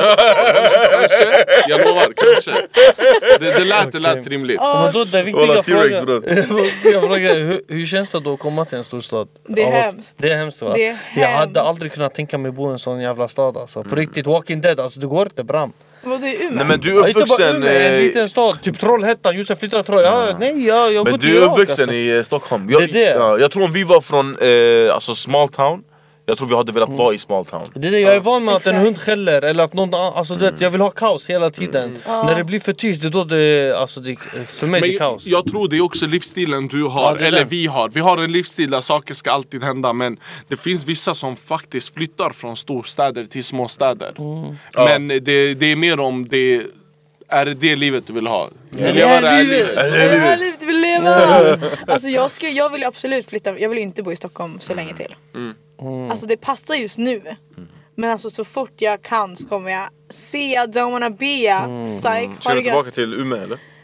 Kanske. Jag lovar, kanske. Det, det lät, det lät rimligt. Oh. Men då, det är viktiga frågan. Jag frågar, hur, hur känns det då att komma till en stor stad? Det är hemskt. Det är hemskt va? Det är jag hade aldrig kunnat tänka mig bo i en sån jävla stad alltså. På riktigt, Walking Dead, alltså det går inte bram. Vad är Umeå? Nej men du är uppvuxen i en liten stad, typ Trollhättan, just flyttat till Trollhättan. Ja, nej, jag, jag men du är uppvuxen alltså. I Stockholm. Jag, det är det. Ja, jag tror om vi var från eh, alltså small town. Jag tror vi hade velat vara i small town. Det är det, jag är van med att en hund skäller eller att någon, alltså mm. vet, jag vill ha kaos hela tiden. Mm. Mm. När det blir för tyst, det är då det, alltså det, för mig men det är kaos. Jag tror det är också livsstilen du har, ja, eller den. vi har. Vi har en livsstil där saker ska alltid hända, men det finns vissa som faktiskt flyttar från storstäder till småstäder. Mm. Men ja. det, det är mer om det... Är det det livet du vill ha? Ja, det är det här livet. Är det det här livet du vill leva? Alltså jag, ska, jag vill absolut flytta. Jag vill inte bo i Stockholm så länge till. Mm. Mm. Alltså det passar just nu. Mm. Men alltså så fort jag kan så kommer jag se I don't wanna be a mm. psych. Kör du tillbaka till Umeå eller?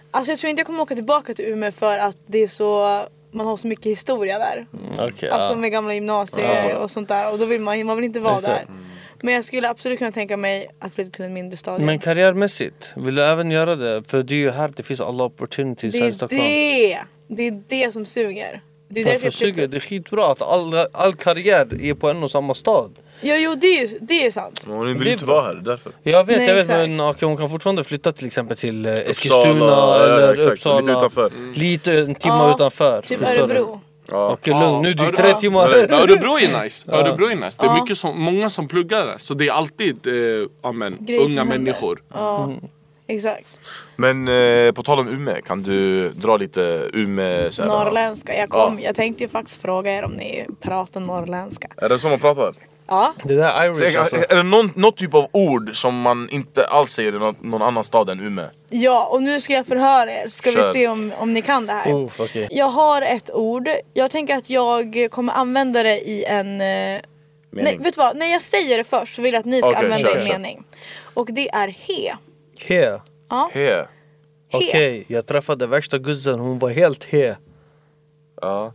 Alltså jag tror inte jag kommer åka tillbaka till Umeå för att det är så... Man har så mycket historia där. Mm, okay, alltså ja. med gamla gymnasier och sånt där. Och då vill man, man vill inte vara Exakt. där. Men jag skulle absolut kunna tänka mig att flytta till en mindre stad. Men karriärmässigt, vill du även göra det? För det är ju här det finns alla opportunities här i Stockholm. Det är det! Det är det som suger. Det är därför jag suger. Det är skitbra att all, all karriär är på en och samma stad. Jo, jo det är ju det är sant. Men hon vill inte vara här, därför. Jag vet, Nej, jag vet exakt. men okay, hon kan fortfarande flytta till exempel till eh, Eskilstuna Uppsala, eller ja, Uppsala. Lite utanför. Lite en timme Ja, utanför. Typ Örebro. Ja. Okej, lugn. Nu är det ju Ja. tre timmar. Men Örebro är nice. Ja. Örebro är nice. Det är Ja. mycket som, många som pluggar där. Så det är alltid eh, amen, Grejer som unga händer. människor. Ja, Mm. exakt. Men eh, på tal om Umeå, kan du dra lite Umeå så här, Norrländska. Jag, kom, Ja. jag tänkte ju faktiskt fråga er om ni pratar norrländska. Är det så man pratar? Ja. Det där är Irish Så, alltså. är det någon, något typ av ord som man inte alls säger i någon, någon annan stad än Umeå? Ja, och nu ska jag förhöra er. Ska Kör. vi se om, om ni kan det här. Oh, okay. Jag har ett ord. Jag tänker att jag kommer använda det i en... eh, Nej, vet du vad? När jag säger det först så vill jag att ni ska Okej, använda kör, en kör. mening. Och det är he. He. Ja. He. He. Okej, okay, jag träffade värsta guzzen. Hon var helt he. Ja.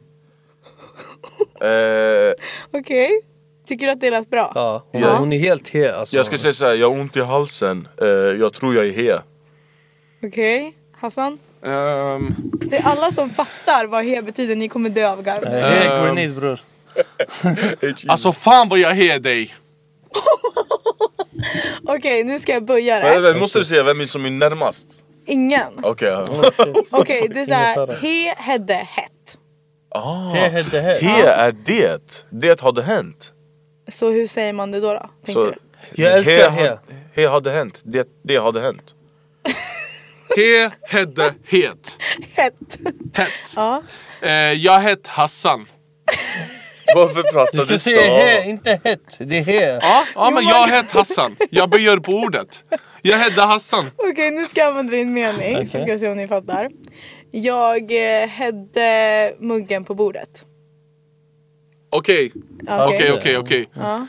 eh, Okej. Tycker du att det lät bra? Ja, hon, Ja. hon är helt he alltså. jag ska säga såhär, jag har ont i halsen. Eh, jag tror jag är he. Okej. Hassan? Ehm, Det är alla som fattar vad he betyder. Ni kommer dö av garv. Eh, He grenade bror. alltså fan vad jag är dig. Okej, nu ska jag böja Men, det. vänta, måste du säga vem är som är närmast? Ingen. Okej. ja. Okej, det är såhär. He hedde hett. Ah, He hade he. he är det. Det hade hänt. Så hur säger man det då? då tänkte Så, du? Jag älskar he. ha- He hade hänt. Det, det hade hänt. He, hedde, het. Hett. Hett. Ja. Eh, jag heter Hassan. Varför pratar Du du ska så? säga he, inte het. Det är he. Ja, ja men jag heter Hassan. Jag böjer på ordet. Jag heter Hassan. Okej, nu ska jag använda din mening. Så ska jag se om ni fattar. Jag eh, hedde muggen på bordet. Okej. Okej, okej, okej. Ja.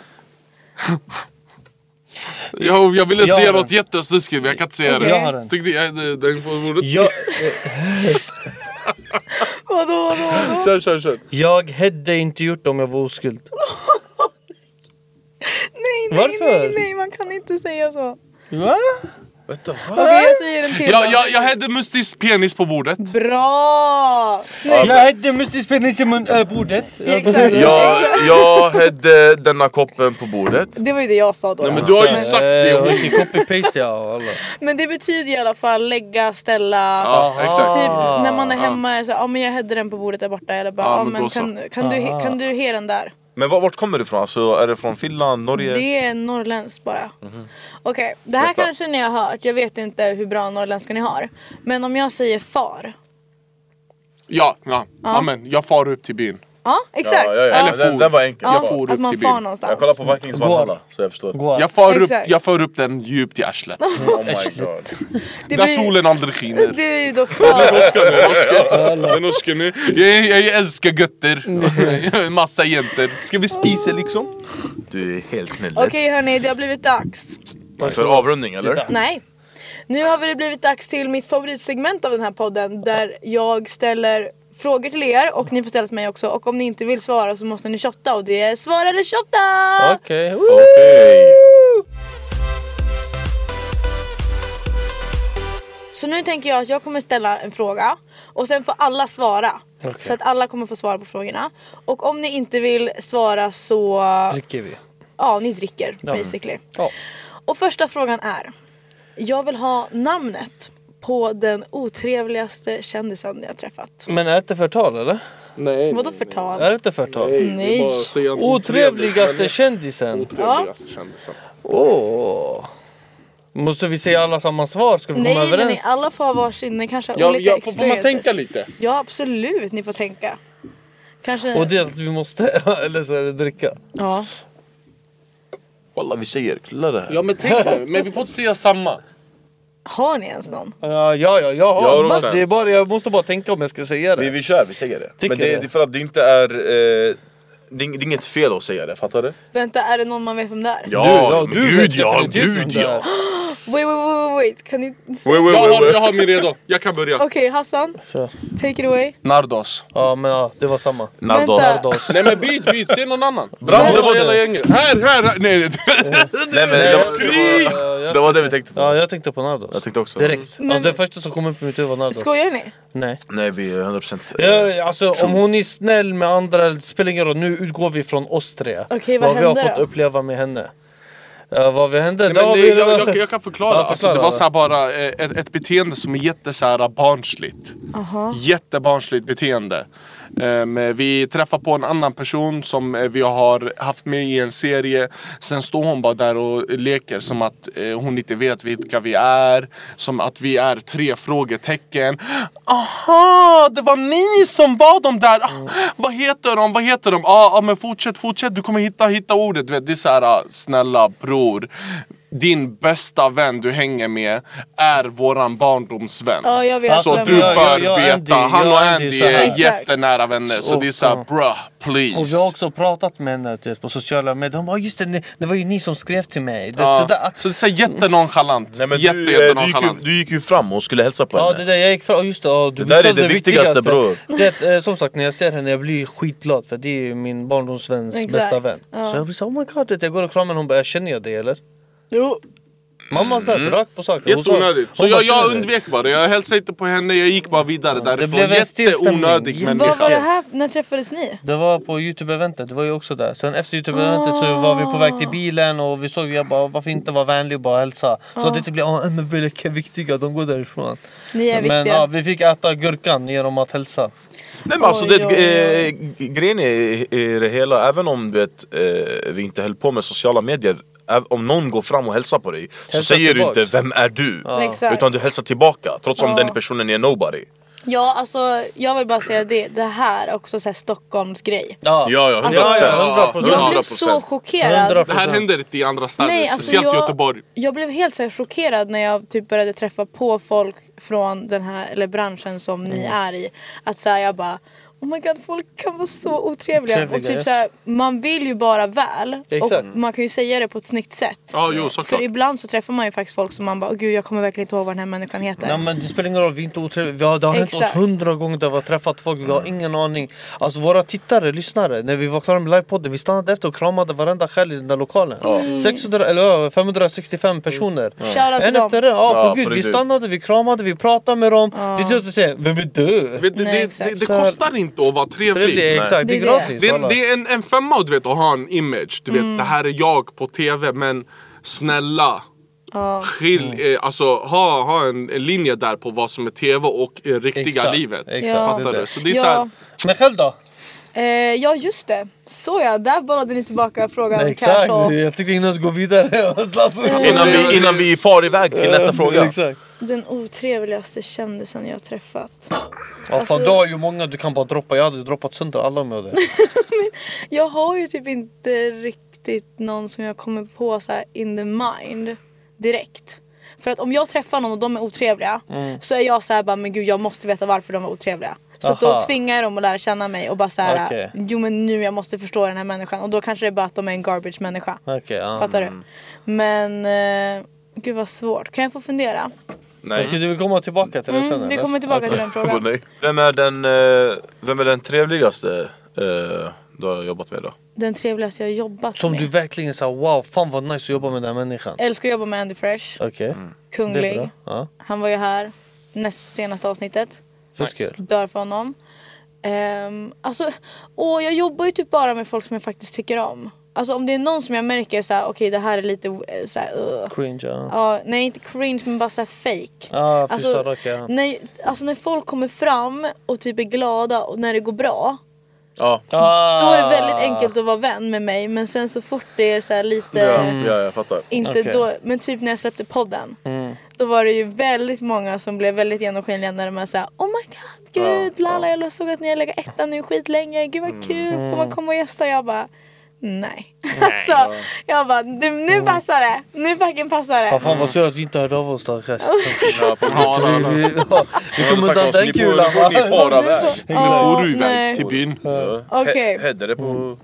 Jag, jag ville Jag säga har något jättesnuskigt men jag kan inte säga Okej. det. Jag har den. Tyckte jag hade den på bordet. Jag, Vadå, vadå, vadå? Kör, kör, kör. jag hade inte gjort det om jag var oskuld. Nej, nej, Varför? nej, nej, man kan inte säga så. Va? Vänta, va? Okej, jag säger en till. Jag, då. jag, jag hade Mustis penis på bordet. Bra! Snyggt. Jag hade mustis penis i mun, äh, bordet. Exakt. Jag, jag hade denna koppen på bordet. Det var ju det jag sa då. Nej, då. men du har ju sagt det. Eh, Inte copy-paste ja. Alla. Men det betyder i alla fall lägga, ställa. Ja, exakt. Typ när man är hemma är så ja men jag hade den på bordet där borta. Eller bara, Ja, ja, men men då så. kan, kan, du, he- kan du he den där? Men var- vart kommer det ifrån? Alltså, är det från Finland, Norge? Det är norrländskt bara. Okej, det här Nästa. kanske ni har hört. Jag vet inte hur bra norrländska ni har. Men om jag säger far. Ja, ja. Amen. Jag far upp till byn. Ja, exakt. Ja, ja, ja. Eller Den, for. den var enkel. Ja, jag får att upp man till far byn. någonstans. Jag kollar på Vikings Valhalla, så jag förstår. Gå. Jag far, upp, Exakt. jag far upp den djupt i arslet. Oh my god. Det Där blir- solen aldrig skiner. Det är ju då Den far. norska nu, norska. Den norska nu. Jag, jag älskar götter. Jag har en massa jenter. Ska vi spisa liksom? Du är helt knäller. Okej hörni, det har blivit dags. För avrundning eller? Nej. Nu har det blivit dags till mitt favoritsegment av den här podden. Där jag ställer frågor till er och ni får ställa till mig också. Och om ni inte vill svara så måste ni shotta. Och det är svar eller shotta! Okej. Okej. Så nu tänker jag att jag kommer ställa en fråga. Och sen får alla svara. Okej. Så att alla kommer få svara på frågorna. Och om ni inte vill svara så... Dricker vi. Ja, ni dricker Ja. basically. Ja. Och första frågan är. Jag vill ha namnet på den otrevligaste kändisen jag träffat. Men är det inte förtal eller? Nej. Vadå förtal? Är det inte förtal? Nej. Otrevligaste kändisen. Otrevligaste kändisen. Åh. Måste vi säga alla samma svar? Ska vi komma Nej, men överens? ni alla får varsin. Ni kanske har Ja, olika ja, får, får man experiences. tänka lite? Ja, absolut. Ni får tänka. Kanske... Och det är att vi måste, eller så är det dricka. Ja. Walla, vi säger knulla det här. Ja men tänk nu, men vi får inte säga samma. Har ni ens någon? Ja, ja, ja. ja. Ja, de Fast sen. det är bara, jag måste bara tänka om jag ska säga det. Vi, vi kör, vi säger det. Tycker Men det, det. det är för att det inte är... Eh, det är inget fel att säga det, fattar du? Vänta, är det någon man vet om det är? Ja, du, ja, du gud, ja, gud ja. Wait, wait, wait, wait, kan ni wait, wait, wait, jag, har, jag har min redo, jag kan börja. Okej, okay, Hassan, så. Take it away. Nardos. Ja, men ja, det var samma. Nardos. Nardos. Nej men byt, byt, se någon annan. Bra, det var hela gänget. Här, här, här. Nej, nej, nej men det var, det var, det var det vi tänkte på. Ja, jag tänkte på Nardos. Jag tänkte också. Direkt. Men, alltså, det första som kom upp i mitt huvud var Nardos. Skojar ni? Nej. Nej, vi är hundra procent. Ja, alltså om hon är snäll med andra, det spelar ingen roll. Nu utgår vi från oss tre. Okej, vad, vad vi har fått då? uppleva med henne. Ja, vad vi hände? Nej, men, vi, jag, jag, jag kan förklara, ja, alltså, det var så här bara ett, ett beteende som är jätte så här barnsligt. Aha. Jättebarnsligt beteende. um, Vi träffar på en annan person som vi har haft med i en serie. Sen står hon bara där och leker som att uh, hon inte vet vilka vi är. Som att vi är tre frågetecken. Aha, det var ni som var de där. Ah, mm. Vad heter de? Vad heter de? Ja, ah, ah, men fortsätt, fortsätt. Du kommer hitta, hitta ordet. Vet. Det är så här, snälla bror. Din bästa vän du hänger med är våran barndomsvän. Ja, jag vet. Så du bör jag, jag, veta Andy, han och Andy är exakt. Jättenära vänner. Så och, det är såhär, bruh, please. Och vi har också pratat med henne typ, på sociala medier. Hon bara, just det, det var ju ni som skrev till mig. Det, ja. sådär. Så det är så jättenonchalant. Nej, men Jätte, du, jättenonchalant. Du, du gick ju fram och skulle hälsa på ja, henne. Ja, det där, jag gick fram. Just det, ja, du det där är det, det viktigaste, bror. Det, som sagt, när jag ser henne, jag blir skitglad. För det är min barndomsväns exakt. Bästa vän. Ja. Så jag blir så, oh my god, jag går och kramar henne. Hon bara, känner jag det eller? Jo. Mamma sa mm. rakt på saker. Jätteonödigt. Så jag, jag undvek bara. Jag hälsade inte på henne. Jag gick bara vidare ja, därifrån. Det blev jätteonödig människa. Vad var det här? När träffades ni? Det var på YouTube-eventet. Det var ju också där. Sen efter YouTube-eventet oh. så var vi på väg till bilen. Och vi såg, jag bara, varför inte vara vänlig och bara hälsa. Så oh. att det inte blir, åh, men är viktiga. De går därifrån. Ni är men viktiga. Ja, vi fick äta gurkan genom att hälsa. Nej men alltså oj, det, oj, oj. Eh, grejen är, är det hela. Även om du vet, eh, vi inte höll på med sociala medier. Om någon går fram och hälsar på dig så hälsa säger tillbaks. Du inte vem är du ja. Utan du hälsar tillbaka trots ja. Om den personen är nobody. Ja alltså jag vill bara säga det. Det här är också så här Stockholms grej. Ja ja, ja, alltså, ja, ja, ja. Jag blev så chockerad. hundra procent. Det här händer inte i andra städer. Nej, alltså speciellt jag, Göteborg. Jag blev helt så här chockerad när jag typ började träffa på folk från den här eller branschen som mm. ni är i. Att så här, jag bara oh my god, folk kan vara så otrevliga. Trevliga, och typ så här, man vill ju bara väl. Exakt. Och man kan ju säga det på ett snyggt sätt. Ja, jo, såklart. För ibland så träffar man ju faktiskt folk som man bara, åh gud, jag kommer verkligen inte ihåg vad den här människan heter. Ja, men det spelar ingen roll, vi är inte otrevliga. Vi har, det har hänt oss hundra gånger där vi har träffat folk, vi har ingen aning. Alltså våra tittare, lyssnare, när vi var klara med livepodden, vi stannade efter och kramade varenda själ i den där lokalen. Mm. sexhundra, eller femhundrasextiofem personer. Mm. En efter det, ja, ja på gud. Vi stannade, vi kramade, vi pratade med dem. Ja. Det är inte att säga, vem är du? Det, Nej, det, det, det kostar inte att vara trevlig. Det är, exakt, det är gratis. Det är, det är en, en femma du vet, att ha en image. Du vet, mm. det här är jag på tv, men snälla. Oh. Skil, eh, alltså, ha, ha en, en linje där på vad som är tv och eh, riktiga exakt. Livet. Exakt. Ja. Fattar du? Så det är ja. så här... Men själv då? Eh, ja just det. Så ja, där bollade ni tillbaka frågan. Nej, exakt, och... jag tyckte innan att gå vidare innan, vi, innan vi far iväg till nästa fråga. Exakt. Den otrevligaste kändisen jag har träffat. Ja alltså... fan, du har ju många du kan bara droppa. Jag hade droppat sönder alla med det. Men jag har ju typ inte riktigt någon som jag kommer på så här in the mind direkt. För att om jag träffar någon och de är otrevliga mm. så är jag så här bara, men gud jag måste veta varför de är otrevliga. Så att då tvingar jag dem att lära känna mig och bara så här, okay. jo men nu jag måste förstå den här människan. Och då kanske det är bara att de är en garbage människa. Okay, um... Fattar du? Men, uh, gud vad svårt. Kan jag få fundera? Nej. Okej, du vill komma tillbaka till det mm, sen eller? Vi kommer tillbaka okay. till den frågan. Vem är den, uh, vem är den trevligaste uh, du har jobbat med då? Den trevligaste jag har jobbat som med. Som du verkligen sa, wow, fan vad nice att jobba med den här människan. Älskar att jobba med Andy Fresh. Okej. Okay. Mm. Kunglig. Ja. Han var ju här näst senaste avsnittet. Nice. Dör för honom. Um, alltså, och jag jobbar ju typ bara med folk som jag faktiskt tycker om. Alltså om det är någon som jag märker så här, okej okay, det här är lite så här, uh. cringe, ja. Ja, nej inte cringe men bara så här fake. Ja, alltså, raka, ja. när, alltså när folk kommer fram och typ är glada och när det går bra. Ja. Då är det väldigt enkelt att vara vän med mig. Men sen så fort det är så här lite ja, ja, jag fattar. Inte okay. då, men typ när jag släppte podden mm. då var det ju väldigt många som blev väldigt genomskinliga när de sa oh my god, gud, ja, Lala, ja. Jag såg att ni har legat ettan nu skitlänge. Gud vad kul, mm. får man komma och gästa? Jag bara, Nej. Alltså, jag bara, nu, nu passar det. Nu backen passar det. Ja, fan vad tur att vi inte hörde av oss då. Vi, vi, vi, vi kommer inte den kulan. Ni får ni fara iväg. Nu får du iväg till byn. Okej. Hedde det på...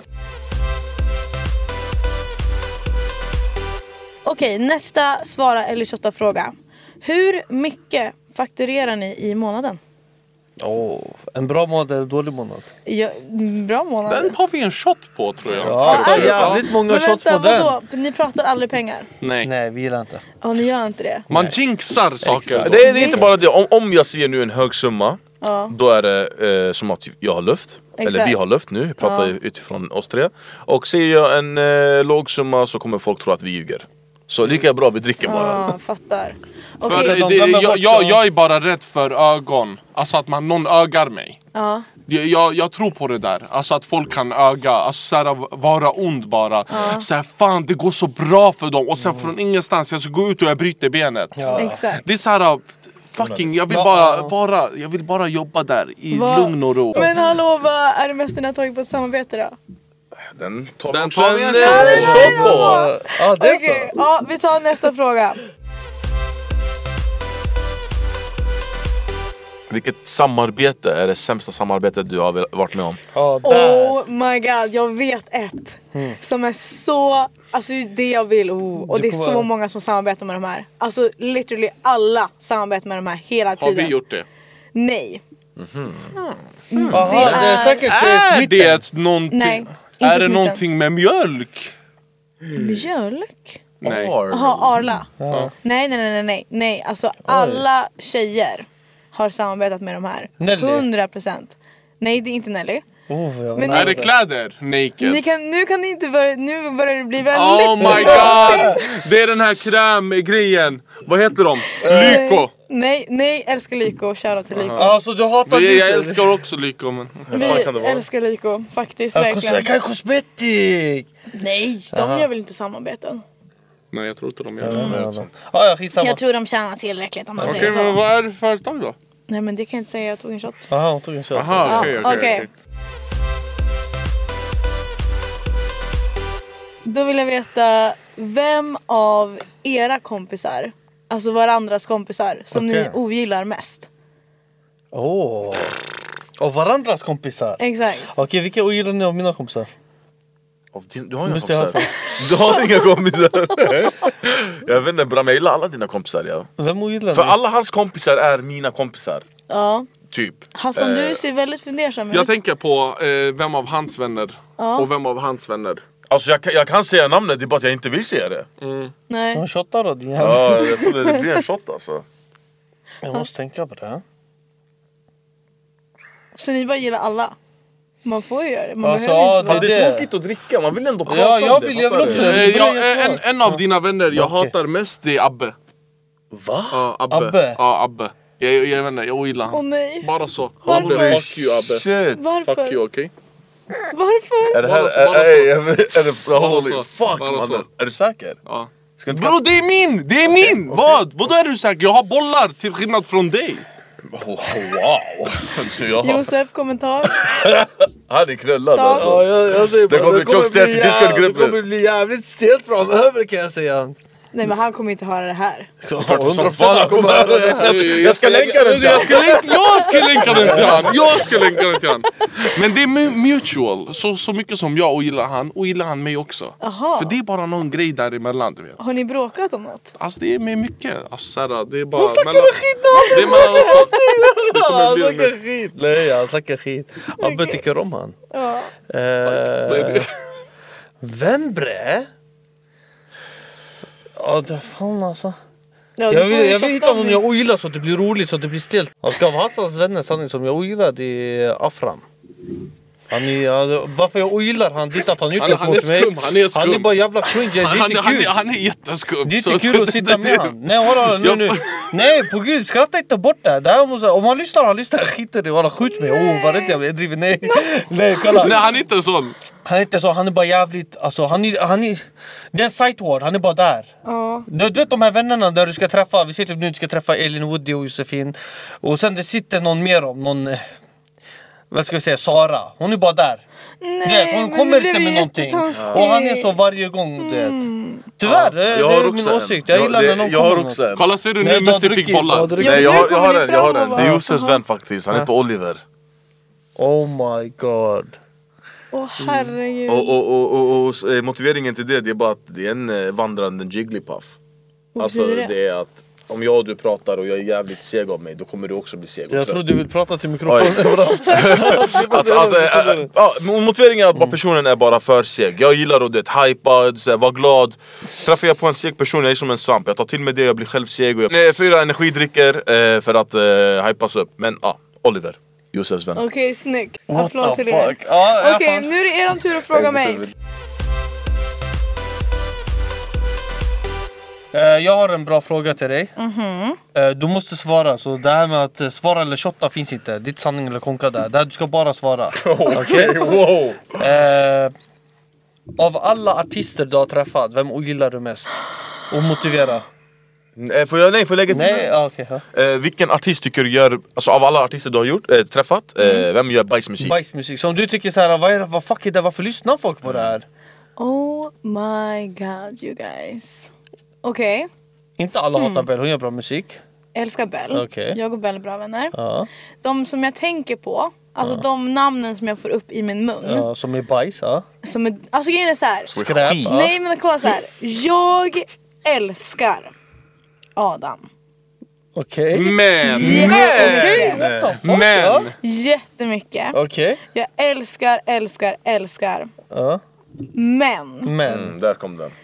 Okej, nästa svara eller shotta fråga. Hur mycket fakturerar ni i månaden? Oh, en bra månad eller en dålig månad? Ja, bra månad. Den tar vi en shot på tror jag. Ja, det tar jävligt många shots på den. Vadå? Ni pratar aldrig pengar? Nej. Nej, vi gillar inte. Ja, ni gör inte det. Man jinxar saker. Det är, det är inte bara det. Om, om jag ser nu en hög summa, ja. då är det eh, som att jag har luft. Exakt. Eller vi har luft nu, jag pratar ja. utifrån oss tre. Och ser jag en eh, låg summa så kommer folk tro att vi ljuger. Så lika bra vi dricker bara. Ja, fattar. För okay. det, jag, jag, jag är bara rädd för ögon. Alltså att man, någon ögar mig. Ja. Jag, jag, jag tror på det där. Alltså att folk kan öga. Alltså såhär, vara ond bara. Ja. Såhär, fan det går så bra för dem. Och sen från ingenstans jag ska gå ut och jag bryter benet. Ja. Exakt. Det är såhär, fucking, jag vill bara, bara, jag vill bara jobba där i Va? lugn och ro. Men hallå, vad är det mest ni har tagit på ett samarbete då? Den tar, Den tar vi en shot på. Ja, det är okay. så. Ja, vi tar nästa fråga. Vilket samarbete är det sämsta samarbetet du har varit med om? Oh, oh my god, jag vet ett mm. som är så, alltså det jag vill oh, och det är så många som samarbetar med de här. Alltså literally alla samarbetar med de här hela tiden. Har vi gjort det? Nej. Mm-hmm. Mm. Mm. Aha, det är säkert är det någonting? Nej, är det någonting med mjölk? Mjölk? Nej. Jaha, Arla. Ja. Nej, nej, nej, nej, nej. Alltså alla tjejer har samarbetat med de här. Nelly. hundra procent. Nej, det är inte Nelly. Oh, men är det kläder? Naked. Ni kan, nu kan ni inte börja, nu börjar det bli väldigt oh my god! Det är den här krämgrejen. Vad heter de? Lyko. Nej, nej, älskar Lyko. Shoutout till Lyko. Alltså du hatar Lyko. Jag älskar också Lyko, men vi kan det vara? Älskar Lyko, faktiskt, ja, verkligen. Jag kan kosmetik. Nej, de Aha. gör väl inte samarbeten. Nej, jag tror inte de gör det. Mm. Mm. Ah, ja, skitsamma. Jag tror de tjänar tillräckligt om man okay, säger så. Men vad är det för företag då? Nej, men det kan jag inte säga. Jag tog en shot. Aha, hon tog en shot. Aha, okej, ja, okej. Okay, okay. Då vill jag veta, vem av era kompisar, alltså varandras kompisar, som okay. ni ogillar mest? Åh, oh. Och varandras kompisar? Exakt. Okej, okay, vilka ogillar ni av mina kompisar? Du har inga kompisar. Du har inga kompisar. Jag vet inte, bra, men jag gillar alla dina kompisar. Ja. Vem ogillar För ni? alla hans kompisar är mina kompisar. Ja. Typ. Hassan, eh. du ser väldigt fundersam ut. Jag tänker på eh, vem av hans vänner ja. och vem av hans vänner. Alltså jag, jag kan säga namnet, det är bara att jag inte vill säga det. Mm. Nej. Hon shottar då, din Ja, jag tror det, det blir en shot alltså. Jag måste tänka på det. Så ni bara gillar alla? Man får ju göra det. Man alltså, ja, inte det, det är tråkigt att dricka, man vill ändå prata ja, jag vill, det. Jag vill också. Eh, jag, en, en av dina vänner jag okay. hatar mest, det är Abbe. Va? Ja, Abbe. Abbe? Ja, Abbe. Jag, jag, jag vet inte, jag gillar han. Åh nej. Bara så. Varför? Abbe, fuck you Abbe. Shit. Varför? Fuck you, okej? Okay? Varför? Är det här, bara så, bara är, är, är det, holy så, fuck mannen. Är du säker? Ja. Bro, det är min! Det är okay, min! Okay. Vad? Vad är du säker? Jag har bollar till skillnad från dig. Oh, wow. Josef, kommentar? Han är knullad alltså. Ja, jag, jag säger bara, det kommer, det kommer bli, jävligt, det kommer bli jävligt stelt framöver kan jag säga. Nej, men han kommer inte höra det här. Fan, kommer höra det här. Jag ska länka den till jag ska, länka, jag ska länka den till han. Jag ska länka den till han. Men det är mutual. Så, så mycket som jag ogillar han, och gillar han mig också. Aha. För det är bara någon grej däremellan, du vet. Har ni bråkat om något? Alltså det är med mycket. Alltså såhär, det är bara... Vad snackar du skit då? Det är mellan oss. Han snackar skit. Nej, han snackar skit. Abbe tycker om han. Ja. Eh, vem bre? Ja, det fan alltså. Ja, jag vill, jag vill hitta någon jag ogillar så att det blir roligt, så att det blir stelt. Och av Hassans vänner sanning som jag ogillar, det är Afram. Han är, alltså, varför jag ogillar han, det är att han gjort det mot mig. Han är skum, han är bara jävla cringe, det är han, inte han, kul. Han, han är jätteskum. Det är inte kul att sitta med han. Nej, hålla, nu, nu. Nej, på gud, skratta inte bort det. Det här måste, om han lyssnar, han lyssnar, skiter det. Hålla, skjut mig. Åh, vad rätt jag är driver. Nej, nej, kolla. Nej, han är inte sån. Han är inte så, han är bara jävligt, alltså han är, han är, det är en sightward, han är bara där. Ja. Du, du vet de här vännerna där du ska träffa, vi ser typ nu du ska träffa Elin Woody och Josefin. Och sen det sitter någon mer om, någon, vad ska vi säga, Sara. Hon är bara där. Nej, hon kommer inte med någonting. Och han är så varje gång, du vet. Tyvärr, ja, det är min åsikt. Jag gillar när någon jag kommer har också en. Kolla, ser du nu Musti fick bollar? Nej, jag har, jag har en, jag har en. Det är Josefs vän faktiskt, han heter Oliver. Oh my god. Åh oh, herregud. Och, och, och, och, och, och motiveringen till det, det är bara att det är en vandrande Jigglypuff. Alltså det? det är att om jag och du pratar och jag är jävligt seg av mig, då kommer du också bli seg. Jag tror du vill prata till mikrofonen. att, att, äh, äh, ja, motiveringen är att mm. personen är bara för seg. Jag gillar att det hypa, vara glad. Träffar jag på en seg person, jag är som en svamp. Jag tar till mig det, jag blir själv seg. Och jag... Fyra energidrycker eh, för att eh, hypas upp. Men ja, ah, Oliver, Josefs vän. Okej, okay, snyggt. Applåd till er. Ah, Okej, okay, nu är det er tur att fråga mig. Jag har en bra fråga till dig. Mm-hmm. Du måste svara. Så det här med att svara eller shotta finns inte. Ditt sanning eller konka där. Där du ska bara svara. Okej, okay? Wow. eh, Av alla artister du har träffat, vem ogillar du mest? Och motivera. Får jag, nej, får jag lägga till? Nej, ah, okay, ja. eh, Vilken artist tycker du gör, alltså av alla artister du har gjort, eh, träffat, eh, mm. vem gör bajsmusik? Bajsmusik, som du tycker såhär, vad, är, vad fuck är det, varför lyssnar folk på det här? Oh my god, you guys. Okej. Okay. Inte alla hatar mm. Bell, hon gör bra musik. Älskar Bell. Okay. Jag och Bell är bra vänner. Ja. De som jag tänker på, alltså ja. de namnen som jag får upp i min mun. Ja, som är bajs, ja. Som är, alltså grejen är så här. Skräp. Ja. Nej men kolla så här. Jag älskar Adam. Okej. Okay. Men. Jättemycket. Men. Men. Jättemycket. Okej. Okay. Jag älskar, älskar, älskar. Ja. Men. Men. Mm, där kom den.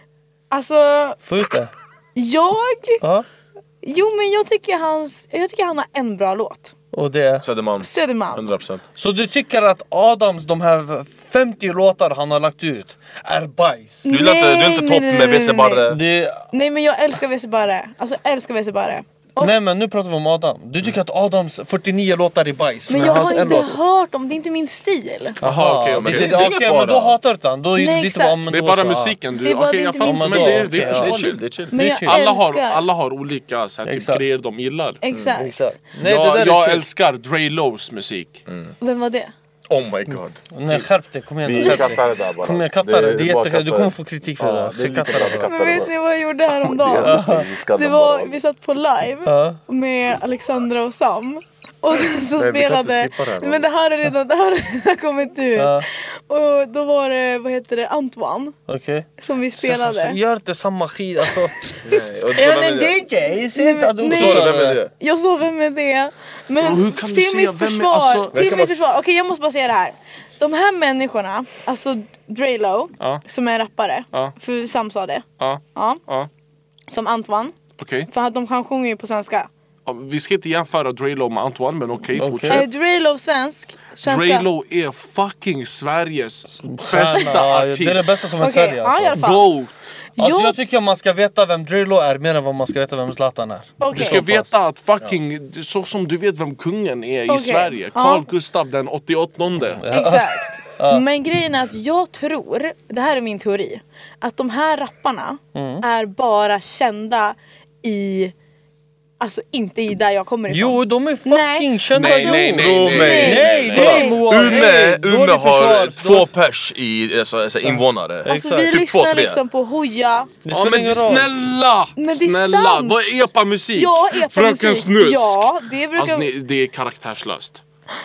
Alltså. Få ut det. Jag. Ja. Jo men jag tycker hans. Jag tycker han har en bra låt. Och det Södermalm. Södermalm. hundra procent. Så du tycker att Adams, de här femtio låtar han har lagt ut, är bajs? Du är inte, du är inte topp med V C Barre. Det... Nej men jag älskar V C Barre. Alltså jag älskar V C Barre. Och... Nej men nu pratar vi om Adam. Du tycker att Adams fyrtionio låtar är bajs. Men, men jag har inte hört dem, det är inte min stil. Jaha, okej okay, okay. okay, okay, men då hatar du han. Då är Nej, lite om, det är bara så. Musiken. Du, det är bara okay, det inte min stil. Men det, det är förståeligt. Det är chill. Men jag alla, har, alla har olika så här, typ, grejer de gillar. Exakt. Mm, exakt. Nej, jag det där jag älskar Dre Lows musik. Mm. Vem var det? Oh my god. Nej, skärp dig, kom igen. Vi kattar det där bara. Kom igen, kattar det. Det är jättekul. Du kommer få kritik för ja, det. det, det Men vet ni vad jag gjorde häromdagen? Det var, vi satt på live ja. med Alexandra och Sam. Och så, så Nej, spelade det men det här är redan det här har kommit ut. Ja. Och då var det vad heter det Antoine. Okay. Som vi spelade. Så, så gör inte samma skit alltså. Nej, och är det en D J? Nej, men, nej. Så, vem är det? Jag sa vem är det? Men hur kan du till mitt försvar, alltså, till mitt försvar. Okej, okay, jag måste bara säga det här. De här människorna, alltså Dre Low, ja. som är rappare. Ja. För Sam sa det. Ja. Ja. Ja. Som Antoine. Okej. Okay. För att de kan sjunga ju på svenska. Ja, vi ska inte jämföra Dre Low med Antoine, men okej, okay, okay. fortsätt. Äh, Dre Low svensk. Svenska. Dre Low är fucking Sveriges bästa artist. Det är det bästa som är okay. Sverige alltså. Ja, Goat. Alltså jag tycker man ska veta vem Dre Low är mer än vad man ska veta vem Zlatan är. Okay. Du ska veta att fucking, ja. så som du vet vem kungen är okay. i Sverige. Carl ja. Gustav den åttioåttonde. Ja. Exakt. Ja. Men grejen är att jag tror, det här är min teori, att de här rapparna mm. är bara kända i... Alltså inte i där jag kommer ifrån. Jo, de är fucking nej. kända. Nej, nej, nej, nej, nej, nej, nej. Ume, Ume har två pers i alltså, invånare. Alltså vi typ lyssnar två, liksom på Hoja. Ja men snälla, men snälla, vad är epa-musik? Ja, epa-musik. Fröken Snusk. Ja, det brukar... Alltså, nej, det är karaktärslöst.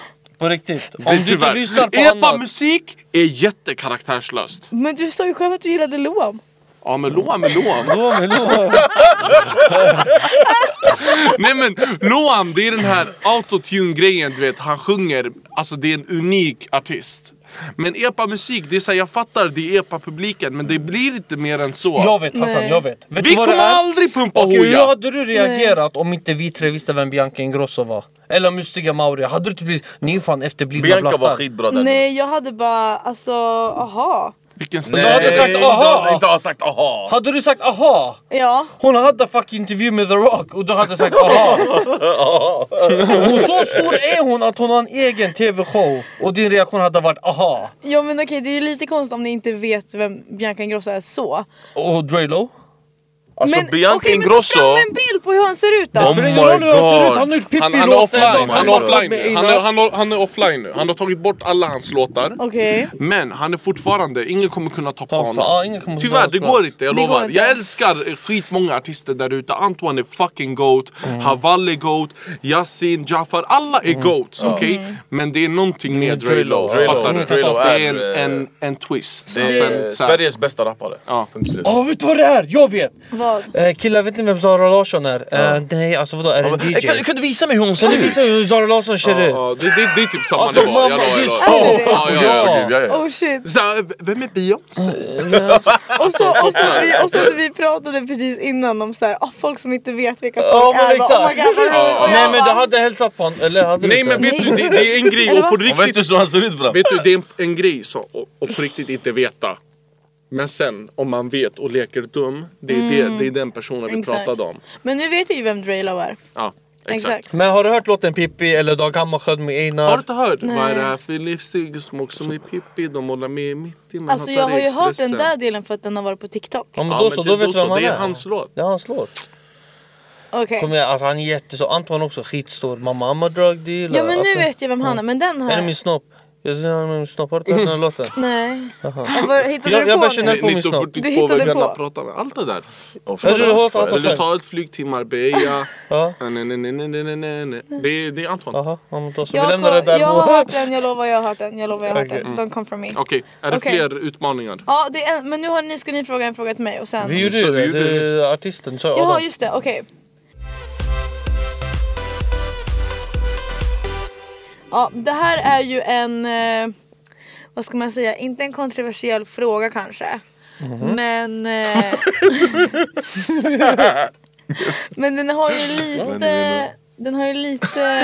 På riktigt. Om du inte lyssnar på epa-musik är jättekaraktärslöst. Men du sa ju själv att du gillade Loam. Ja men Loam är Loam. Loam är Loam. Nej men Loam, det är den här autotune-grejen, du vet. Han sjunger, alltså det är en unik artist. Men epa-musik, det är så här, jag fattar, det är epa-publiken, men det blir inte mer än så. Jag vet Hassan, jag vet, vet vi kommer aldrig pumpa Hoja. Hur hade du reagerat Nej. om inte vi tre visste vem Bianca Ingrosso var? Eller Mustiga Mauri, hade du inte blivit, ni är fan efterblivna Bianca blattar. var skitbra där. Nej, jag hade bara, alltså, aha. Vilken Nej, du hade sagt aha. Inte har sagt aha. Hade du sagt aha? Ja. Hon hade fucking intervju med The Rock och du hade sagt aha. Hon så stor är hon att hon har en egen tv-show och din reaktion hade varit aha. Ja men okej, det är ju lite konstigt om ni inte vet vem Bianca Ingrosso är så. Och Dre Low? Alltså men, Bianca okay, Ingrosso. Men en bild på hur han ser ut då. Oh my god. Han, han, han är offline. Han är offline nu. Han är, han, är, han är offline nu. Han har tagit bort alla hans låtar. Okay. Men han är fortfarande, ingen kommer kunna ta på honom. Ja, tyvärr, det går inte, jag det lovar. inte. Jag älskar skitmånga artister där ute. Antoine är fucking goat. Mm. Haval är goat. Yasin, Jafar, alla är mm. goats, okej? Okay? Mm. Men det är någonting med Dre Lo. Fattar du? Det är en, en, en twist. Det är alltså en, Sveriges bästa rappare. Ja. Åh, vet du vad det är? Jag vet! Vad? Eh, killar, vet ni vem Zara Larsson är? Ja. Eh, nej, alltså vadå, är det en D J? Kan, kan du visa mig hur hon ser ut? Kan du visa mig hur Zara Larsson ser ut? Ja, det, det, det är typ samma alltså, nivå, jag lovar, jag lovar. Ja, oh shit. Så, vem är Beyoncé? och, så, och, så, vi, och så vi pratade precis innan om så här, oh, folk som inte vet vilka folk oh, är. Exakt. Oh my God, ja. Nej men du hade hälsat på honom, eller hade Nej men vet du, det, det är en grej och på riktigt. Och vet du så han ser ut bra? Vet du, det är en, en grej så, och, och på riktigt inte veta. Men sen om man vet och leker dum, det är, mm. det, det är den personen vi exakt. Pratade om. Men nu vet jag ju vem Dre Lo är. Ja, exakt. exakt. Men har du hört låten Pippi eller Dag Hammarskjöld med Einar? Har du inte hört? Nej. Vad är det här för livsstil som också med Pippi? De håller med mitt i. Man alltså jag har ju hört den där delen för att den har varit på TikTok. Ja men då ja, så, då, då vet du vem han är. Det är hans låt. Det är hans låt. Okej. Okay. Alltså han är jätteså. Antoine också skitstor. Mamma mamma drug dealer. Ja men nu alltså, vet jag vem han är. Men den här. Är det min snopp? Jag ser min snopp. Har du hört den här låten? Nej. Var, hittade jag, du på jag bara känner på min snopp. Du hittade på? Prata med allt det där. Vill du ta ett flyg till Marbella? Ja. Nej nej nej nej nej nej nej. Det det är Anton. Jaha, han tar så vi lämnar ska, det där. Jag har hört den, jag lovar jag har hört den. Jag lovar jag har hört den. Don't come from me. Okej, okay. Är det okay. fler utmaningar? Ja, det är en, men nu har ni ska ni fråga en fråga till mig och sen. Vi gjorde det, det, det artisten så. Ja, just det. Okej. Okay. Ja, det här är ju en eh, vad ska man säga, inte en kontroversiell fråga kanske. Mm-hmm. Men eh, men den har ju lite den har ju lite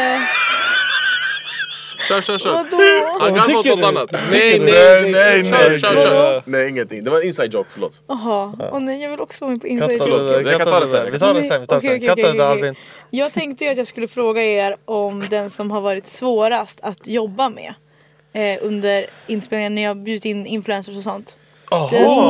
Kör, kör, kör. Vadå? Han kan få något annat. Nej, nej, nej, nej, nej, kör, kör. Nej, ingenting. Det var en inside joke, förlåt. Jaha, och nej, jag vill också vara med på inside joke. Förlåt, jag kan ta det sen. Vi tar det sen, vi tar det sen. Katten där, Albin. Jag tänkte ju att jag skulle fråga er om den som har varit svårast att jobba med eh, under inspelningen när jag har bjudit in influencers och sånt. Åh,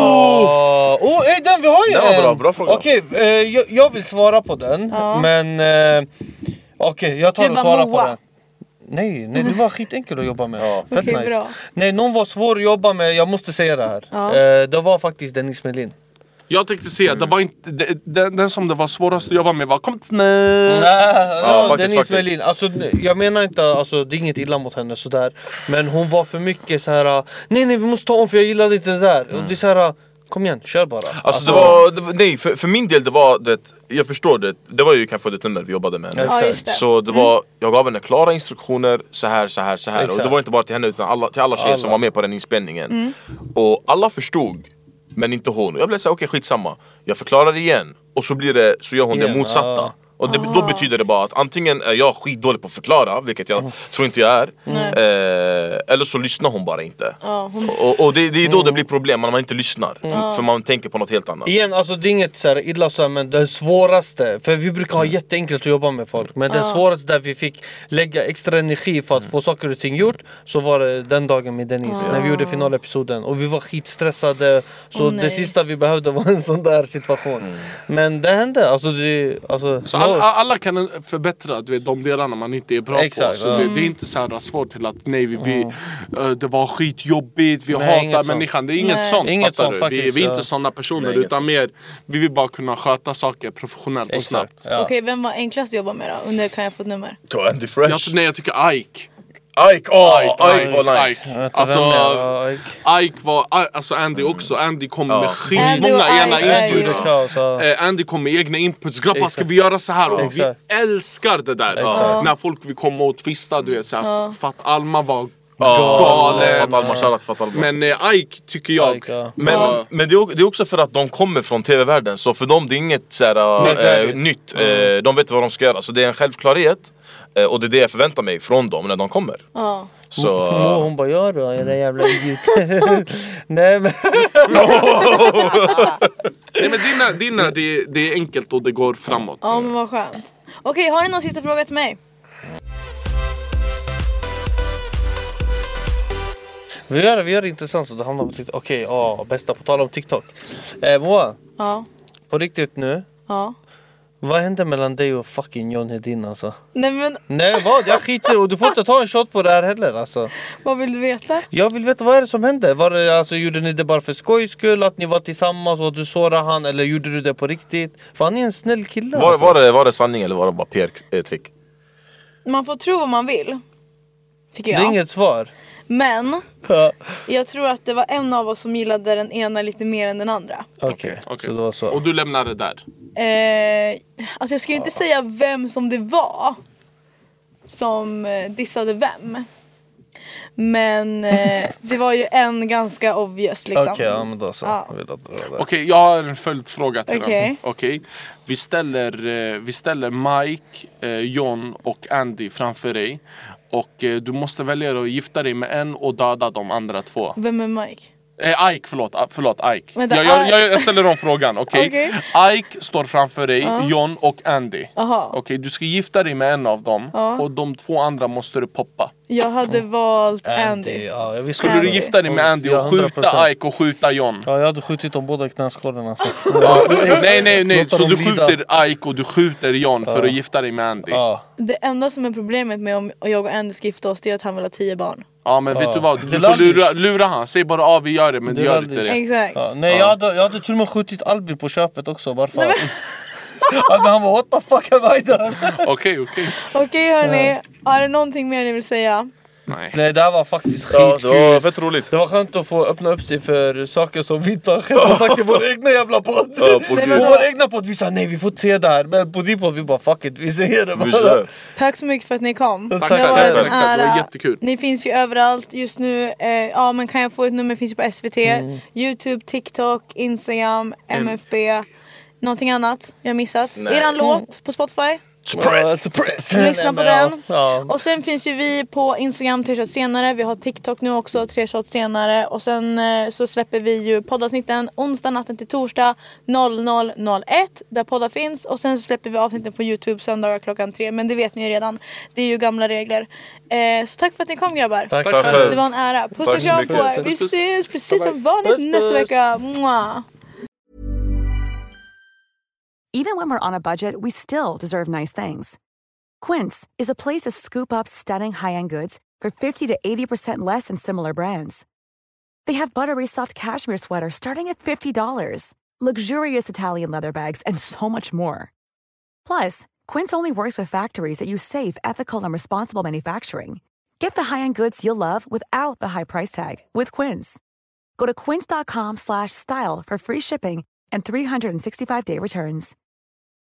oh, oh, hey, den vi har ju en. Bra, bra fråga. Okej, okay, eh, jag, jag vill svara på den, ja. Men eh, okej, okay, jag tar och svarar på den. Nej, nej, det var skitenkelt att jobba med. Ja, fett okay, nice. Bra. Nej, någon var svår att jobba med, jag måste säga det här. Ja. Eh, det var faktiskt Dennis Melin. Jag tänkte säga, mm. det var inte, det, den, den som det var svårast att jobba med var kom snö. Nej, ja, ja, Dennis Melin. Alltså, jag menar inte, alltså, det är inget illa mot henne sådär. Men hon var för mycket så här. Nej, nej, vi måste ta om för jag gillade inte det där. Mm. Och det är så här. Kom igen, kör bara. Alltså, alltså det var, det var nej för, för min del det var det, jag förstår det. Det var ju kanske det nummer vi jobbade med henne. Ja, det. Så det var, jag gav henne klara instruktioner så här, så här, så här. Exakt. Och det var inte bara till henne utan alla, till alla tjejer alla. som var med på den inspelningen. Mm. Och alla förstod, men inte hon. Och jag blev så okej, okay, skitsamma. Jag förklarar igen och så blir det, så gör hon igen. det motsatta. Ah. Och det, då betyder det bara att antingen är jag skitdålig på att förklara, vilket jag mm. tror inte jag är, eh, eller så lyssnar hon bara inte. Ja, hon... Och, och det, det är då mm. det blir problem när man inte lyssnar. Mm. För man tänker på något helt annat. Igen, alltså det är inget så här illa så, men det svåraste, för vi brukar ha jätteenkelt att jobba med folk, men det mm. svåraste där vi fick lägga extra energi för att mm. få saker och ting gjort, så var det den dagen med Dennis, mm. när vi gjorde finalepisoden. Och vi var skitstressade, så oh, det sista vi behövde var en sån där situation. Mm. Men det hände, alltså det... Alltså, så all, alla kan förbättra, du vet, de delarna man inte är bra Exakt, på. Så ja. det, det är inte så här svårt till att nej, vi, vi, mm. det var skitjobbigt, vi nej, hatar människan. Det är inget nej. sånt, inget sånt du? Faktiskt, vi, vi är ja. inte sådana personer, nej, utan mer, vi vill bara kunna sköta saker professionellt och Exakt, snabbt. Ja. Okej, vem var enklast att jobba med då? Under kan jag få ett nummer? Ta Andy Fresh. Jag, nej, jag tycker Ike. Ike, oh, Ike, Ike, Ike var nice. Ike. Alltså, Ike. Ike var, alltså Andy också. Andy kom med ja. skitmånga egna inputs. Ja. Eh, Andy kom med egna inputs. Grabbar, ska vi göra så här? Och vi älskar det där. Ja. När folk vill komma och twista, du vet såhär. Ja. För att Alma var galen. Ja. Men eh, Ike tycker jag. Ike, ja. Men, ja. men det, är, det är också för att de kommer från tv-världen. Så för dem det är inget såhär, äh, nytt. Mm. Eh, de vet vad de ska göra. Så det är en självklarhet. Och det är det jag förväntar mig från dem när de kommer. Ja. Så... Hon, hon bara, gör då, är det jävla idiot. Nej men... Nej men dina, dina det, det är enkelt och det går framåt. Ja men vad skönt. Okej, har ni någon sista fråga till mig? Vi gör, vi gör det intressant så det hamnar på TikTok. Okej, ja, bästa på tal om TikTok. Eh, Moa. Ja. på riktigt nu. Ja. Vad hände mellan dig och fucking John Hedin alltså? Nej men... Nej vad? Jag skiter och du får inte ta en shot på det här heller alltså. Vad vill du veta? Jag vill veta vad är det som hände? Var det, alltså, gjorde ni det bara för skojs skull? Att ni var tillsammans och du sårade han? Eller gjorde du det på riktigt? För han är en snäll kille var, alltså. var, det, var det sanning eller var det bara P R-trick? Man får tro vad man vill. Tycker jag. Det är inget svar. Men jag tror att det var en av oss som gillade den ena lite mer än den andra. Okej, okay. okay. Så det var så. Och du lämnade där? Eh, alltså jag ska ju inte säga vem som det var som eh, dissade vem. Men eh, det var ju en ganska obvious liksom. Okej, okay, ja, men då så. Ja. Okej, okay, jag har en följdfråga till okay. den. Okej. Okay. Vi ställer eh, vi ställer Mike, eh, John och Andy framför dig. Och eh, du måste välja att gifta dig med en och döda de andra två. Vem är Mike? Eh, Ike, förlåt, ah, förlåt Ike. Vänta, jag, jag, jag, jag ställer om frågan, okej? Okay? Okay. Ike står framför dig, uh. John och Andy. Okej, okay, du ska gifta dig med en av dem. Uh. Och de två andra måste du poppa. Jag hade mm. valt Andy, Andy. Ja, jag Skulle Andy. Du gifta dig med Andy och skjuta Ike och skjuta John? Ja, jag hade skjutit dem båda i knäskålen alltså. Ja, nej, nej, nej, så du skjuter Ike och du skjuter John för uh. att gifta dig med Andy. uh. Det enda som är problemet med om jag och Andy ska gifta oss, det är att han vill ha tio barn. Ja men vet ja. du vad, du får lura, lura han, säg bara ja vi gör det men du gör inte det. Exakt. Ja, nej ja. jag, hade, jag hade till och med skjutit Albin på köpet också, varför? Nej, men... han bara what the fuck have I done? Okej okej. Okej hörni, har det någonting mer ni vill säga? Nej. Nej, det här var faktiskt ja, skitkul. Det var fett roligt. Det var skönt att få öppna upp sig för saker som vi inte har själva sagt i vår egna jävla podd. Ja, på nej, vår egna podd, vi sa nej vi får inte se det här. Men på din podd vi bara fuck it, vi säger det bara. Tack så mycket för att ni kom. Tack, tack, tack, tack, tack. Det var jättekul. Ni finns ju överallt just nu. eh, Ja men kan jag få ett nummer, finns ju på S V T, mm. YouTube, TikTok, Instagram, M F B. Mm. Någonting annat jag missat. Nej. Eran mm. låt på Spotify. Suppressed. Suppressed. Lyssna på den. Ja. Och sen finns ju vi på Instagram tre shots senare. Vi har TikTok nu också, tre shots senare. Och sen eh, så släpper vi ju poddavsnitten onsdag natten till torsdag noll noll noll ett där poddar finns. Och sen så släpper vi avsnitten på YouTube söndagar klockan tre. Men det vet ni ju redan. Det är ju gamla regler. eh, Så tack för att ni kom grabbar. Tack, tack för det var en ära. Puss och kram på er. Vi ses precis som vanligt nästa vecka. Mwah. Even when we're on a budget, we still deserve nice things. Quince is a place to scoop up stunning high-end goods for fifty to eighty percent less than similar brands. They have buttery soft cashmere sweaters starting at fifty dollars, luxurious Italian leather bags, and so much more. Plus, Quince only works with factories that use safe, ethical, and responsible manufacturing. Get the high-end goods you'll love without the high price tag with Quince. Go to quince dot com slash style for free shipping and three hundred sixty-five day returns.